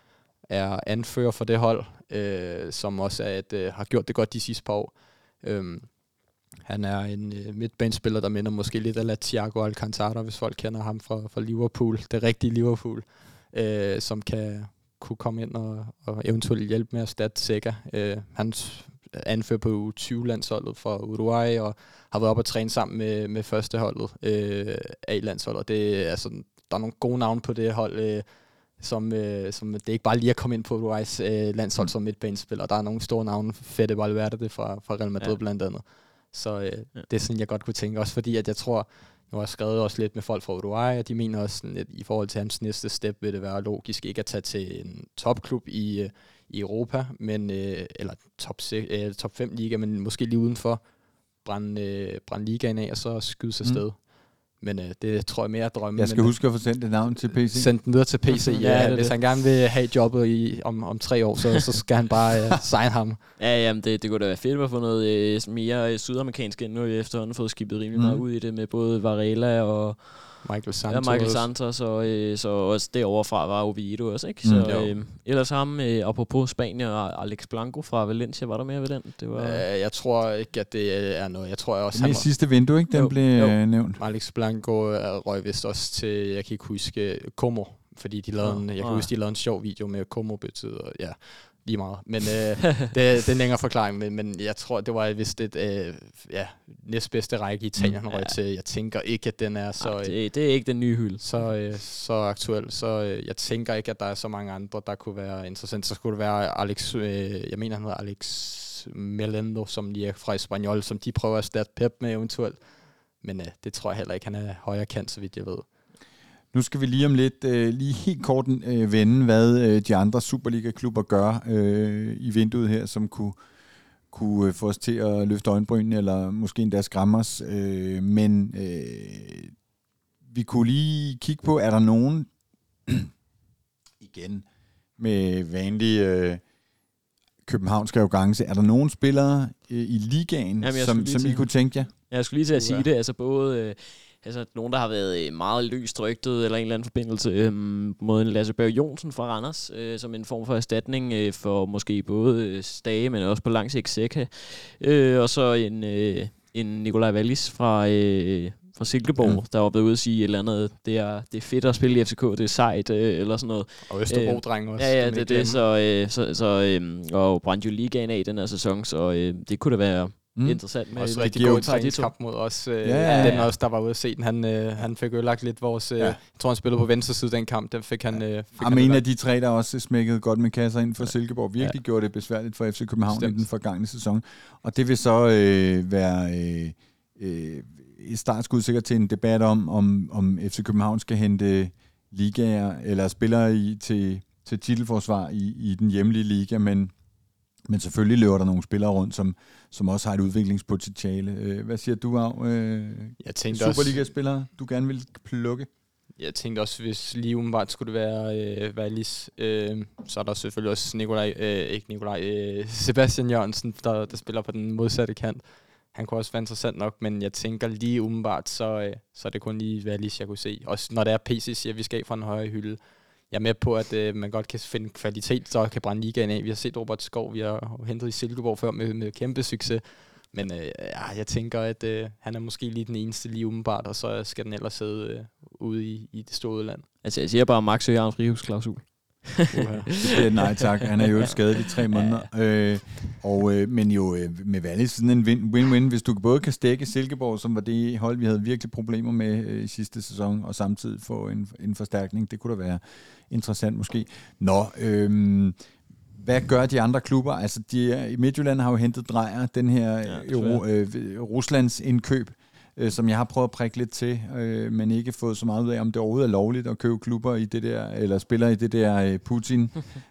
er anfører for det hold, øh, som også er et, øh, har gjort det godt de sidste par år. Øhm, han er en øh, midtbanespiller, der minder måske lidt af Thiago Alcantara, hvis folk kender ham fra, fra Liverpool, det rigtige Liverpool, øh, som kan kunne komme ind og, og eventuelt hjælpe med at erstatte Zeca. Øh, han anfører på U tyve-landsholdet for Uruguay, og har været op og træne sammen med, med førsteholdet øh, A-landsholdet. Det er altså, der er nogle gode navne på det hold, øh, som, øh, som det er ikke bare lige at komme ind på Uruguays øh, landshold mm. som midtbanespiller. Der er nogle store navne, Fede Valverde fra, fra Real Madrid ja. blandt andet. Så øh, ja. det er sådan, jeg godt kunne tænke. Også fordi, at jeg tror, nu har jeg skrevet også lidt med folk fra Uruguay, og de mener også, sådan, at i forhold til hans næste step, vil det være logisk ikke at tage til en topklub i, øh, i Europa, men, øh, eller top, øh, top fem liga, men måske lige udenfor, brænde, øh, brænde ligaen af, og så skyde sig afsted. Mm. Men øh, det tror jeg mere er drømme. Jeg skal men, huske at få sendt et navn til P C. Send den videre til P C, ja. ja hvis det. Han gerne vil have jobbet i, om, om tre år, så, så skal han bare øh, sign ham. Ja, jamen det, det kunne da være fedt at få noget øh, mere øh, sydamerikansk ind, nu har vi efterhånden fået skibet rimelig mm. meget ud i det, med både Varela og Michael Santos. Ja, Michael Santos, og øh, så også deroverfra var Oviedo også, ikke? Så mm, øh, ellers ham, øh, apropos Spanien og Alex Blanco fra Valencia, var der mere ved den? Det var... øh, jeg tror ikke, at det er noget. Jeg tror også, det er sidste vindue, ikke? Den jo, blev jo. nævnt. Alex Blanco røg vist også til, jeg kan ikke huske, Como, fordi de lavede en, jeg kan huske, de lavede en sjov video med Como betyder, ja, lige meget. Men øh, det, det er en længere forklaring, men, men jeg tror, det var vist et øh, ja, næstbedste række i Italien, han røg ja. til. Jeg tænker ikke, at den er så... Ej, det, det er ikke den nye hylde. Så, øh, så aktuel. Så øh, jeg tænker ikke, at der er så mange andre, der kunne være interessant. Så skulle det være Alex, øh, jeg mener, han hedder Alex Melendo, som lige er fra Espanyol, som de prøver at erstatte Pep med eventuelt. Men øh, det tror jeg heller ikke, han er højere kant, så vidt jeg ved. Nu skal vi lige om lidt, øh, lige helt kort øh, vende, hvad øh, de andre Superliga-klubber gør øh, i vinduet her, som kunne, kunne få os til at løfte øjenbrynene, eller måske endda skræmme os. Øh, men øh, vi kunne lige kigge på, er der nogen, igen med vanlig øh, københavnsk arrogance, er der nogen spillere øh, i ligaen, Jamen, som, som I kunne tænke jer? Jeg skulle lige til at sige det, altså både... Øh, Altså nogen, der har været meget løst rygtet, eller en eller anden forbindelse, øhm, mod en Lasse Berg Jonsen fra Randers, øh, som en form for erstatning øh, for måske både Stage, men også på lang sigt Zeca. Øh, og så en, øh, en Nikolaj Wallis fra, øh, fra Silkeborg, mm. der var blevet ude at sige et eller andet, det er, det er fedt at spille i F C K, det er sejt, øh, eller sådan noget. Og Østerbro-dreng også. Ja, ja, det er det, så, øh, så, så øh, og brændte jo ligaen af i den her sæson, så øh, det kunne da være... Mm. interessant med også rigtig god træningskamp mod os. Øh, ja, ja, ja. Den også, der var ude at se den. Han, øh, han fik ødelagt lidt vores... Øh, ja. Jeg tror, han spillede på venstre side den kamp. Den fik han... Øh, fik han en af de tre, der også smækkede godt med kasser ind for ja. Silkeborg, virkelig ja. gjorde det besværligt for F C København Stemt. i den forgangne sæson. Og det vil så øh, være øh, øh, et startskud sikkert til en debat om, om, om F C København skal hente ligaer eller spillere i, til, til titelforsvar i, i den hjemlige liga, men Men selvfølgelig løber der nogle spillere rundt, som, som også har et udviklingspotentiale. Hvad siger du, Av? Jeg tænkte Superliga-spillere, du gerne vil plukke? Jeg tænkte også, hvis lige umiddelbart skulle det være øh, Wallis, øh, så er der selvfølgelig også Nikolaj, øh, ikke Nikolaj, øh, Sebastian Jørgensen, der, der spiller på den modsatte kant. Han kunne også være interessant nok, men jeg tænker lige umiddelbart, så, øh, så er det kun lige Wallis, jeg kunne se. Også når det er P C siger, at vi skal fra en højere hylde. Jeg er med på, at øh, man godt kan finde kvalitet, så kan brænde ligaen af. Vi har set Robert Skov, vi har hentet i Silkeborg før med, med kæmpe succes. Men øh, ja, jeg tænker, at øh, han er måske lige den eneste lige umiddelbart, og så skal den ellers sidde øh, ude i, i det store land. Altså jeg siger bare, at Max Øger har en frihusklausul. Uh-huh. Det bliver nej tak. Han er jo skadet i tre måneder. Øh, og, øh, men jo øh, med Wallis sådan en win-win, hvis du både kan stække Silkeborg, som var det hold, vi havde virkelig problemer med øh, i sidste sæson, og samtidig få en, en forstærkning. Det kunne da være interessant måske. Nå, øh, hvad gør de andre klubber? Altså, de, i Midtjylland har jo hentet Drejer, den her ja, øh, øh, Ruslands indkøb, øh, som jeg har prøvet at prikke lidt til, øh, men ikke fået så meget ud af, om det overhovedet er lovligt at købe klubber i det der, eller spillere i det der øh, Putin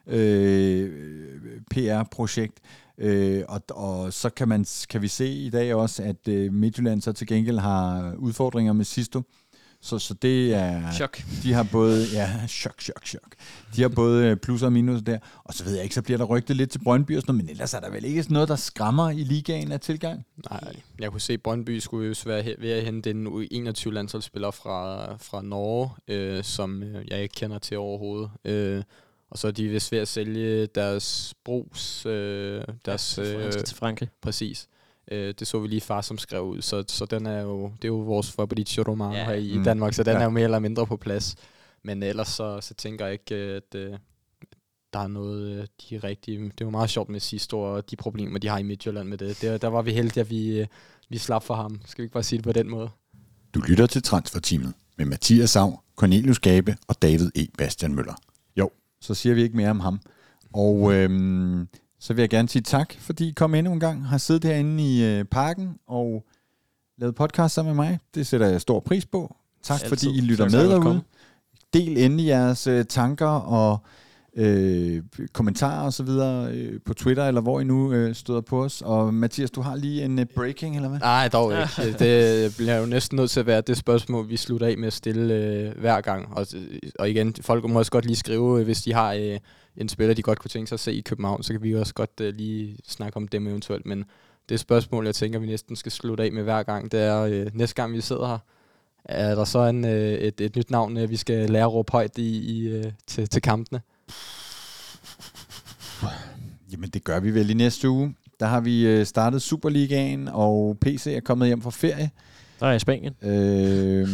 øh, P R-projekt. Øh, og, og så kan, man, kan vi se i dag også, at øh, Midtjylland så til gengæld har udfordringer med Sisto. Så, så det er... Chok. De har både... Ja, chok, chok, chok. De har både plus og minus der. Og så ved jeg ikke, så bliver der rygtet lidt til Brøndby og sådan noget, men ellers er der vel ikke sådan noget, der skræmmer i ligaen af tilgang? Nej, jeg kunne se, at Brøndby skulle jo være ved at hente en U enogtyve-landsholdsspiller fra, fra Norge, øh, som jeg ikke kender til overhovedet. Øh, Og så er de vist ved at sælge deres brugs, øh, deres... Øh, Øh, til Frankrig. præcis. Øh, det så vi lige far, som skrev ud. Så, så den er jo, det er jo vores Fabrizio Romano Ja. her i Mm. Danmark, så den Ja. er jo mere eller mindre på plads. Men ellers så, så tænker jeg ikke, at øh, der er noget, øh, de er rigtige... Det var meget sjovt med sidste år, og de problemer, de har i Midtjylland med det. Der, der var vi heldige, at vi, øh, vi slap for ham. Skal vi ikke bare sige det på den måde? Du lytter til Transferteamet med Mathias Sav, Cornelius Gabe og David E. Bastian Møller. Jo, så siger vi ikke mere om ham. Og øhm, så vil jeg gerne sige tak, fordi I kom endnu en gang, har siddet herinde i øh, parken og lavet podcast sammen med mig. Det sætter jeg stor pris på. Tak Altid. fordi I lytter Tak, med tak, derude. velkommen. Del endelig jeres øh, tanker og øh, kommentarer og så videre øh, på Twitter, eller hvor I nu øh, støder på os. Og Mathias, du har lige en øh, breaking, eller hvad? Nej, dog ikke. Det bliver jo næsten nødt til at være det spørgsmål, vi slutter af med at stille øh, hver gang. Og, og igen, folk må også godt lige skrive, øh, hvis de har øh, en spiller, de godt kunne tænke sig at se i København, så kan vi også godt øh, lige snakke om dem eventuelt. Men det spørgsmål, jeg tænker, vi næsten skal slutte af med hver gang, det er, øh, næste gang vi sidder her, er der så en, øh, et, et nyt navn, øh, vi skal lære at råbe højt i, i, øh, til, til kampene? Jamen, det gør vi vel i næste uge. Der har vi øh, startet Superligaen, og P C er kommet hjem fra ferie. Der er jeg i Spanien. Øh,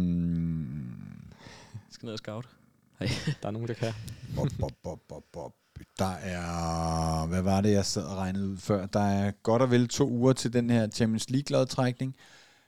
Jeg skal ned og scout. Der er nogen, der kan. bop, bop, bop, bop, bop. Der er, hvad var det, jeg sad og regnede ud før? Der er godt og vel to uger til den her Champions League-lodtrækning.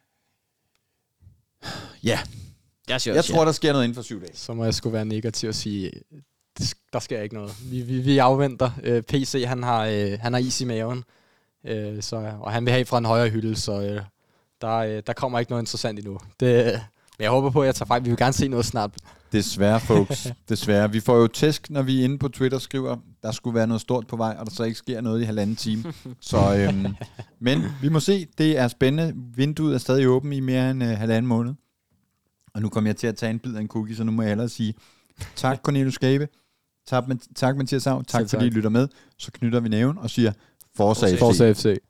Ja, Jeg, siger jeg også, tror, der sker noget inden for syv dage. Så må jeg sgu være negativ og sige, det sk- der sker ikke noget. Vi, vi, vi afventer. Øh, P C, han har, øh, han har is i maven, øh, så, og han vil have fra en højere hylde, så øh, der, øh, der kommer ikke noget interessant endnu. Det, øh, men jeg håber på, at jeg tager fejl. Vi vil gerne se noget snart. Desværre, folks. Desværre. Vi får jo tæsk, når vi er inde på Twitter skriver, der skulle være noget stort på vej, og der så ikke sker noget i halvanden time. Så, øhm, men vi må se. Det er spændende. Vinduet er stadig åbent i mere end øh, halvanden måned. Og nu kommer jeg til at tage en bid af en cookie, så nu må jeg hellere sige tak, Cornelius Skabe. Tak, tak Mathias Sav. Tak, Selv fordi I tak. lytter med. Så knytter vi næven og siger Forza F C. Forza F C.